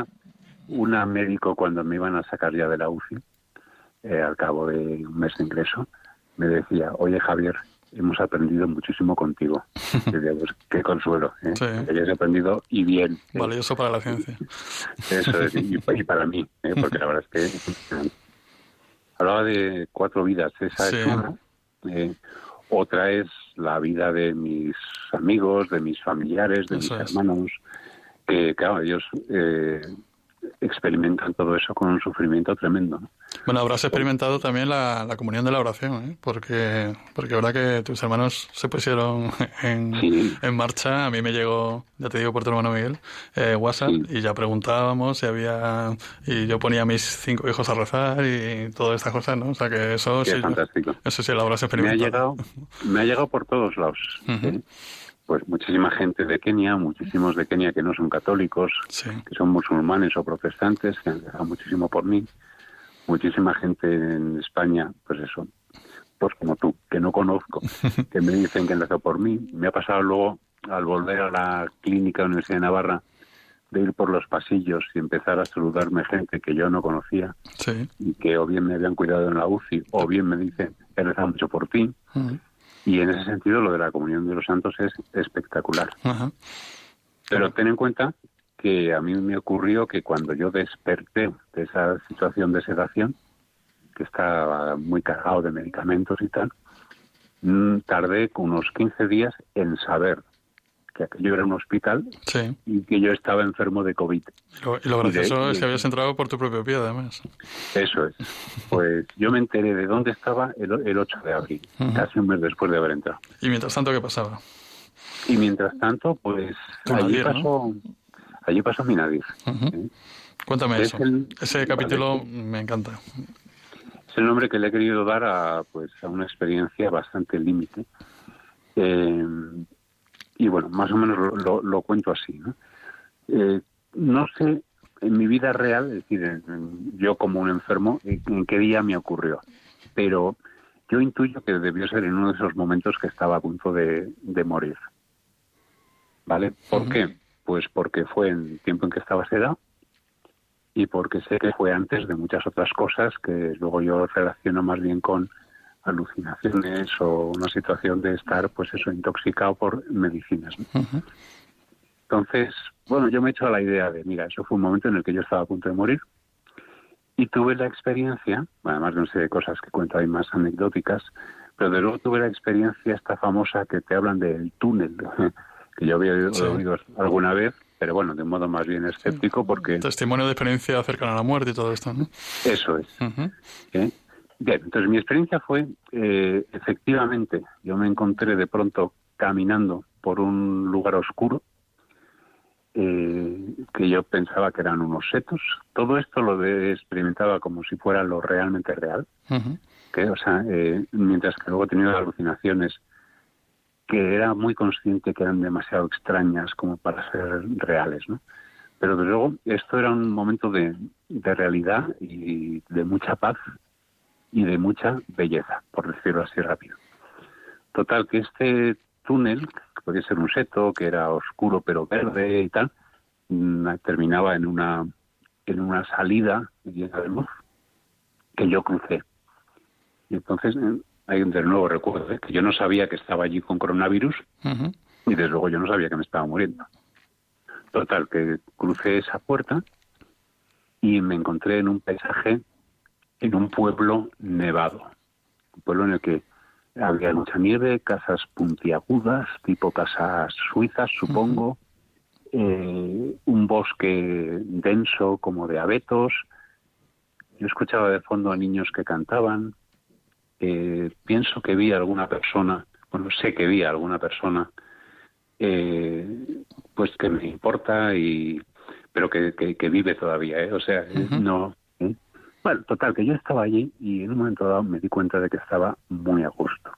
una médico cuando me iban a sacar ya de la U C I, eh, al cabo de un mes de ingreso, me decía, oye Javier, hemos aprendido muchísimo contigo. Y digo, pues, qué consuelo, ¿eh? Sí. Que hayas aprendido y bien. ¿eh? Valioso para la ciencia. Eso es, y, y para mí, ¿eh? Porque la verdad es que eh, hablaba de cuatro vidas. Esa sí. es una. Eh, otra es la vida de mis amigos, de mis familiares, de eso mis es. hermanos, que, claro, ellos eh, experimentan todo eso con un sufrimiento tremendo, ¿no? Bueno, habrás experimentado también la, la comunión de la oración, ¿eh? Porque porque ahora que tus hermanos se pusieron en, sí. en marcha, a mí me llegó, ya te digo por tu hermano Miguel, eh, WhatsApp, sí. y ya preguntábamos si había... Y yo ponía a mis cinco hijos a rezar y todas estas cosas, ¿no? O sea que eso sí, sí, fantástico. Eso sí lo habrás experimentado. Me ha llegado, me ha llegado por todos lados, uh-huh. ¿eh? Pues muchísima gente de Kenia, muchísimos de Kenia que no son católicos, sí. que son musulmanes o protestantes, que han rezado muchísimo por mí. Muchísima gente en España, pues eso, pues como tú, que no conozco, que me dicen que han rezado por mí. Me ha pasado luego, al volver a la clínica de la Universidad de Navarra, de ir por los pasillos y empezar a saludarme gente que yo no conocía, sí. y que o bien me habían cuidado en la U C I, o bien me dicen que he rezado mucho por ti. Uh-huh. Y en ese sentido lo de la comunión de los santos es espectacular. Uh-huh. Pero ten en cuenta que a mí me ocurrió que cuando yo desperté de esa situación de sedación, que estaba muy cargado de medicamentos y tal, tardé unos quince días en saber que aquello era un hospital, sí. y que yo estaba enfermo de COVID. Y lo, y lo gracioso y de, es que habías entrado por tu propio pie, además. Eso es. Pues yo me enteré de dónde estaba el, el ocho de abril, uh-huh. casi un mes después de haber entrado. ¿Y mientras tanto qué pasaba? Y mientras tanto, pues allí nadir, pasó... ¿no? Allí pasó mi nadir. Uh-huh. ¿eh? Cuéntame es eso. El, Ese capítulo vale, me encanta. Es el nombre que le he querido dar a, pues, a una experiencia bastante límite. Eh, y bueno, más o menos lo, lo, lo cuento así, ¿no? Eh, no sé, en mi vida real, es decir, en, en, yo como un enfermo, en, en qué día me ocurrió, pero yo intuyo que debió ser en uno de esos momentos que estaba a punto de, de morir. ¿Vale? ¿Por uh-huh. qué? Pues porque fue en el tiempo en que estaba sedado y porque sé que fue antes de muchas otras cosas que luego yo relaciono más bien con alucinaciones o una situación de estar, pues eso, intoxicado por medicinas, ¿no? Uh-huh. Entonces, bueno, yo me he hecho a la idea de, mira, eso fue un momento en el que yo estaba a punto de morir y tuve la experiencia, además de una serie de cosas que cuento ahí más anecdóticas, pero de luego tuve la experiencia esta famosa que te hablan del túnel, que yo había oído, sí. oído alguna vez, pero bueno, de un modo más bien escéptico porque... Testimonio de experiencia cercana a la muerte y todo esto, ¿no? Eso es. Uh-huh. ¿Eh? Bien, entonces mi experiencia fue, eh, efectivamente, yo me encontré de pronto caminando por un lugar oscuro, eh, que yo pensaba que eran unos setos. Todo esto lo experimentaba como si fuera lo realmente real, uh-huh. que, o sea, eh, mientras que luego he tenido alucinaciones que era muy consciente que eran demasiado extrañas como para ser reales, ¿no? Pero desde luego esto era un momento de, de realidad y de mucha paz y de mucha belleza, por decirlo así rápido. Total, que este túnel, que podía ser un seto, que era oscuro pero verde y tal, terminaba en una en una salida llena de luz que yo crucé. Y entonces, ahí de nuevo recuerdo ¿eh? que yo no sabía que estaba allí con coronavirus uh-huh. y desde luego yo no sabía que me estaba muriendo. Total, que crucé esa puerta y me encontré en un paisaje, en un pueblo nevado. Un pueblo en el que había mucha nieve, casas puntiagudas, tipo casas suizas, supongo, uh-huh. eh, un bosque denso como de abetos. Yo escuchaba de fondo a niños que cantaban. Eh, pienso que vi a alguna persona, bueno, sé que vi a alguna persona, eh, pues que me importa, y pero que, que, que vive todavía, ¿eh? O sea, uh-huh. no... ¿eh? Bueno, total, que yo estaba allí y en un momento dado me di cuenta de que estaba muy a gusto.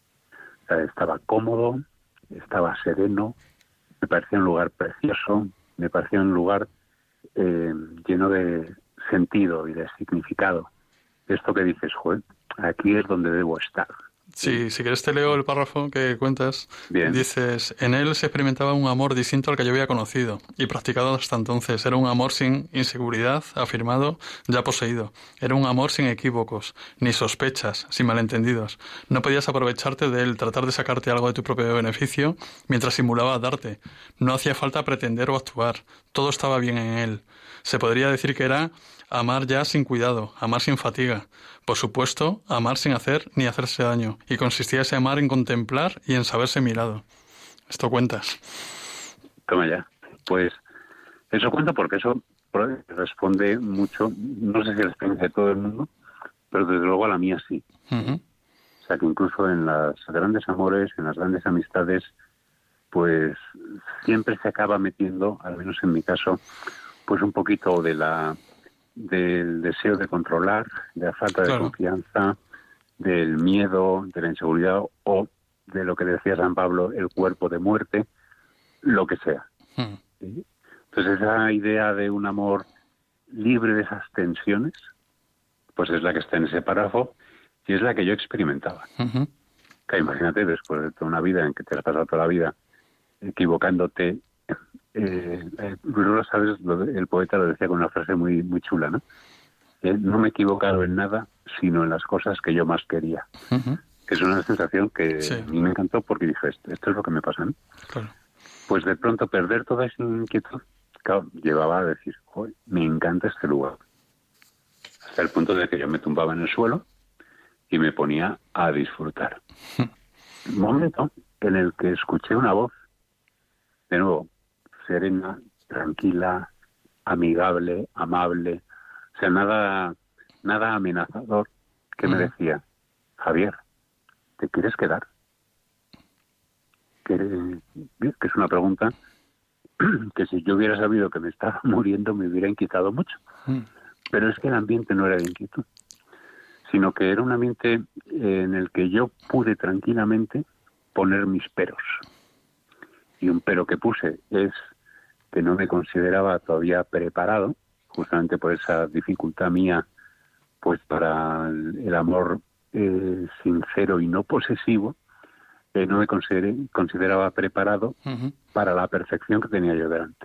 O sea, estaba cómodo, estaba sereno, me parecía un lugar precioso, me parecía un lugar eh, lleno de sentido y de significado. Esto que dices, joder, aquí es donde debo estar. Sí, si quieres te leo el párrafo que cuentas. Bien. Dices, en él se experimentaba un amor distinto al que yo había conocido y practicado hasta entonces. Era un amor sin inseguridad, afirmado, ya poseído. Era un amor sin equívocos, ni sospechas, sin malentendidos. No podías aprovecharte de él, tratar de sacarte algo de tu propio beneficio mientras simulaba darte. No hacía falta pretender o actuar. Todo estaba bien en él. Se podría decir que era amar ya sin cuidado, amar sin fatiga. Por supuesto, amar sin hacer ni hacerse daño. Y consistía ese amar en contemplar y en saberse mirado. Esto cuentas. Toma ya. Pues eso cuento porque eso responde mucho, no sé si a la experiencia de todo el mundo, pero desde luego a la mía sí. Uh-huh. O sea que incluso en los grandes amores, en las grandes amistades, pues siempre se acaba metiendo, al menos en mi caso, pues un poquito de la del deseo de controlar, de la falta de claro. confianza, del miedo, de la inseguridad o de lo que decía San Pablo, el cuerpo de muerte, lo que sea. Hmm. ¿Sí? Entonces esa idea de un amor libre de esas tensiones, pues es la que está en ese párrafo y es la que yo experimentaba. Uh-huh. Que imagínate, después de toda una vida en que te has pasado toda la vida equivocándote, Eh, eh, lo sabes, lo de, el poeta lo decía con una frase muy muy chula, ¿no? Eh, no me he equivocado en nada, sino en las cosas que yo más quería. Uh-huh. Que es una sensación que sí. a mí me encantó porque dije, esto, esto es lo que me pasa, ¿no? Claro. Pues de pronto perder toda esa inquietud, claro, llevaba a decir, joder, me encanta este lugar. Hasta el punto de que yo me tumbaba en el suelo y me ponía a disfrutar. Uh-huh. Un momento en el que escuché una voz, de nuevo, serena, tranquila, amigable, amable, o sea, nada nada amenazador, que mm. me decía, Javier, ¿te quieres quedar? Que, que es una pregunta que si yo hubiera sabido que me estaba muriendo me hubiera inquietado mucho. Mm. Pero es que el ambiente no era de inquietud, sino que era un ambiente en el que yo pude tranquilamente poner mis peros. y un pero que puse es que no me consideraba todavía preparado, justamente por esa dificultad mía, pues para el, el amor eh, sincero y no posesivo, eh, no me consideré, consideraba preparado uh-huh. para la perfección que tenía yo delante.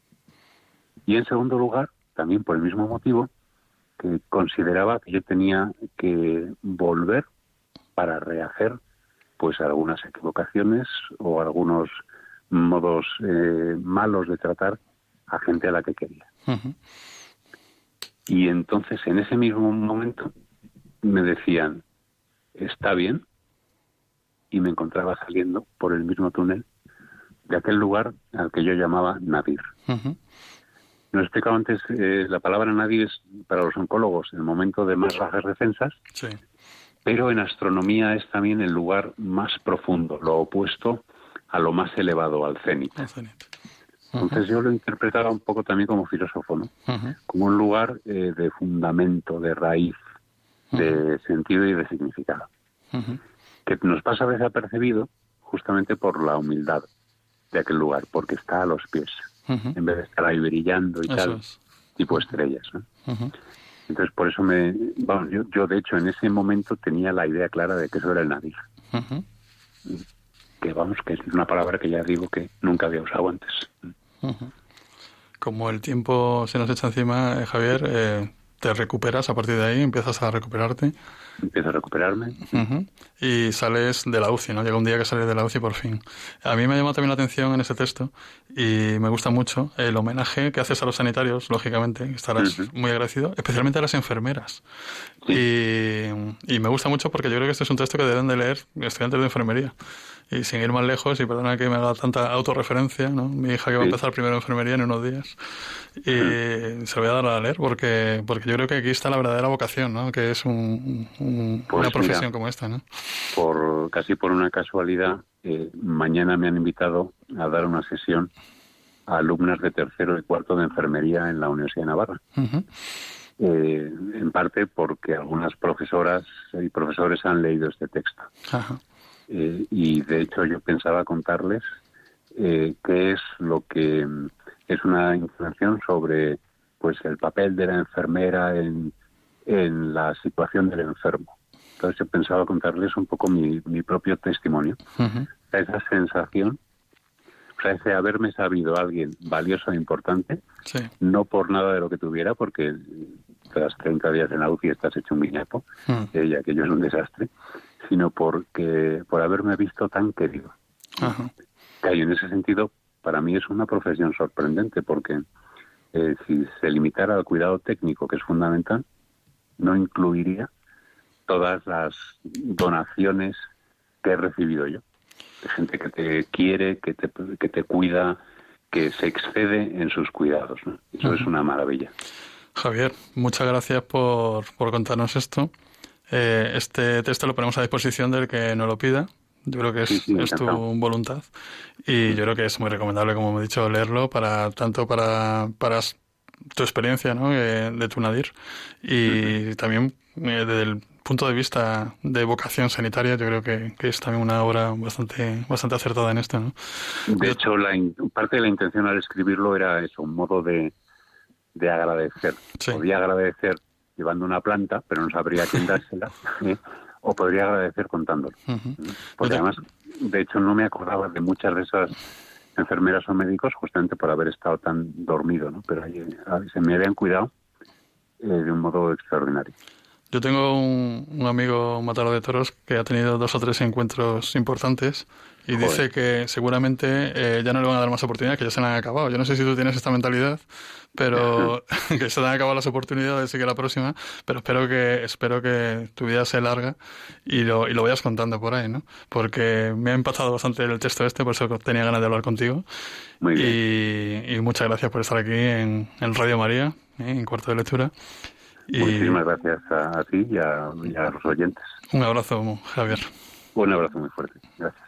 Y en segundo lugar, también por el mismo motivo, que consideraba que yo tenía que volver para rehacer pues algunas equivocaciones o algunos modos eh, malos de tratar a gente a la que quería. Uh-huh. Y entonces en ese mismo momento me decían, está bien, y me encontraba saliendo por el mismo túnel de aquel lugar al que yo llamaba Nadir. Uh-huh. Nos he explicado antes, eh, la palabra Nadir es para los oncólogos el momento de más bajas defensas, sí. Pero en astronomía es también el lugar más profundo, lo opuesto a lo más elevado, al cenit. Uh-huh. Entonces yo lo interpretaba un poco también como filósofo, ¿no? Uh-huh. Como un lugar eh, de fundamento, de raíz, uh-huh. de sentido y de significado. Uh-huh. Que nos pasa desapercibido justamente por la humildad de aquel lugar, porque está a los pies, uh-huh. en vez de estar ahí brillando y eso tal, es. Tipo estrellas, ¿no? Uh-huh. Entonces por eso me... Bueno, yo, yo de hecho en ese momento tenía la idea clara de que eso era el Nadir. Uh-huh. Que vamos, que es una palabra que ya digo que nunca había usado antes. Uh-huh. Como el tiempo se nos echa encima, eh, Javier, eh, te recuperas a partir de ahí, empiezas a recuperarte. Empiezo a recuperarme. Uh-huh. Y sales de la U C I, ¿no? Llega un día que sales de la U C I por fin. A mí me ha llamado también la atención en ese texto y me gusta mucho el homenaje que haces a los sanitarios, lógicamente, estarás uh-huh. muy agradecido, especialmente a las enfermeras. Sí. Y, y me gusta mucho porque yo creo que este es un texto que deben de leer estudiantes de enfermería. Y sin ir más lejos, y perdona que me haga tanta autorreferencia, ¿no? Mi hija que va a empezar primero enfermería en unos días, y uh-huh. se lo voy a dar a leer porque porque yo creo que aquí está la verdadera vocación, ¿no? Que es un, un, pues una profesión mira, como esta, ¿no? Por casi por una casualidad, eh, mañana me han invitado a dar una sesión a alumnas de tercero y cuarto de enfermería en la Universidad de Navarra. Uh-huh. Eh, en parte porque algunas profesoras y profesores han leído este texto. Uh-huh. Eh, y de hecho yo pensaba contarles eh, qué es lo que es una información sobre pues el papel de la enfermera en, en la situación del enfermo. Entonces yo pensaba contarles un poco mi, mi propio testimonio. Uh-huh. Esa sensación, o sea, ese haberme sabido alguien valioso e importante, sí. No por nada de lo que tuviera, porque tras treinta días en la U C I estás hecho un guiñapo, uh-huh. eh, y aquello es un desastre, sino porque por haberme visto tan querido. Uh-huh. Que en ese sentido, para mí es una profesión sorprendente, porque eh, si se limitara al cuidado técnico, que es fundamental, no incluiría todas las donaciones que he recibido yo. De gente que te quiere, que te, que te cuida, que se excede en sus cuidados, ¿no? Eso uh-huh. es una maravilla. Javier, muchas gracias por, por contarnos esto. Eh, este texto lo ponemos a disposición del que nos lo pida. Yo creo que es, sí, sí, es tu voluntad. Y yo creo que es muy recomendable, como he dicho, leerlo, para tanto para, para tu experiencia, ¿no? eh, de tu Nadir, y uh-huh. también eh, desde el punto de vista de vocación sanitaria, yo creo que, que es también una obra bastante bastante acertada en esto, ¿no? De hecho, la in, parte de la intención al escribirlo era eso, un modo de, de agradecer. Sí. Podía agradecer llevando una planta, pero no sabría quién dársela, ¿eh? O podría agradecer contándolo. Uh-huh. Porque además, de hecho, no me acordaba de muchas de esas enfermeras o médicos justamente por haber estado tan dormido, ¿no? Pero ahí, se me habían cuidado eh, de un modo extraordinario. Yo tengo un, un amigo matador de toros que ha tenido dos o tres encuentros importantes y Joder. dice que seguramente eh, ya no le van a dar más oportunidades, que ya se le han acabado. Yo no sé si tú tienes esta mentalidad, pero que se le han acabado las oportunidades y que la próxima, pero espero que espero que tu vida sea larga y lo, y lo vayas contando por ahí, ¿no? Porque me ha impactado bastante el texto este, por eso tenía ganas de hablar contigo. Muy bien. Y, y muchas gracias por estar aquí en, en Radio María, ¿eh? En Cuarto de Lectura. Y muchísimas gracias a, a ti y a, y a los oyentes. Un abrazo, Javier. Un abrazo muy fuerte. Gracias.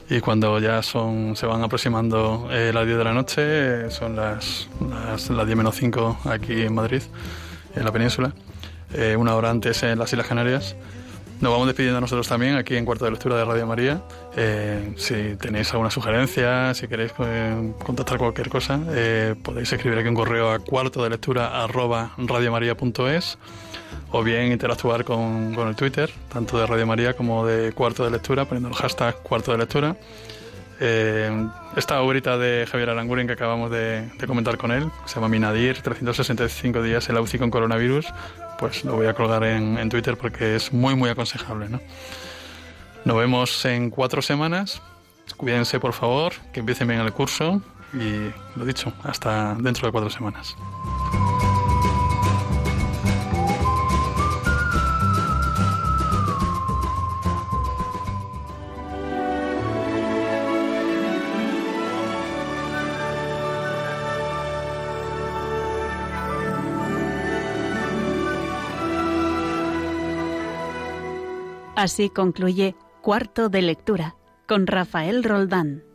Y cuando ya son se van aproximando eh, las diez de la noche, eh, son las, las, las diez menos cinco aquí en Madrid, en la península, eh, una hora antes en las Islas Canarias. Nos vamos despidiendo nosotros también aquí en Cuarto de Lectura de Radio María. Eh, si tenéis alguna sugerencia, si queréis eh, contactar cualquier cosa, eh, podéis escribir aquí un correo a cuarto de lectura arroba radiomaria punto es, o bien interactuar con, con el Twitter, tanto de Radio María como de Cuarto de Lectura, poniendo el hashtag Cuarto de Lectura. Eh, esta obrita de Javier Aranguren que acabamos de, de comentar con él, se llama Minadir, trescientos sesenta y cinco días en la U C I con coronavirus, pues lo voy a colgar en, en Twitter porque es muy muy aconsejable, ¿no? Nos vemos en cuatro semanas, cuídense por favor, que empiecen bien el curso y lo dicho, hasta dentro de cuatro semanas. Así concluye Cuarto de Lectura con Rafael Roldán.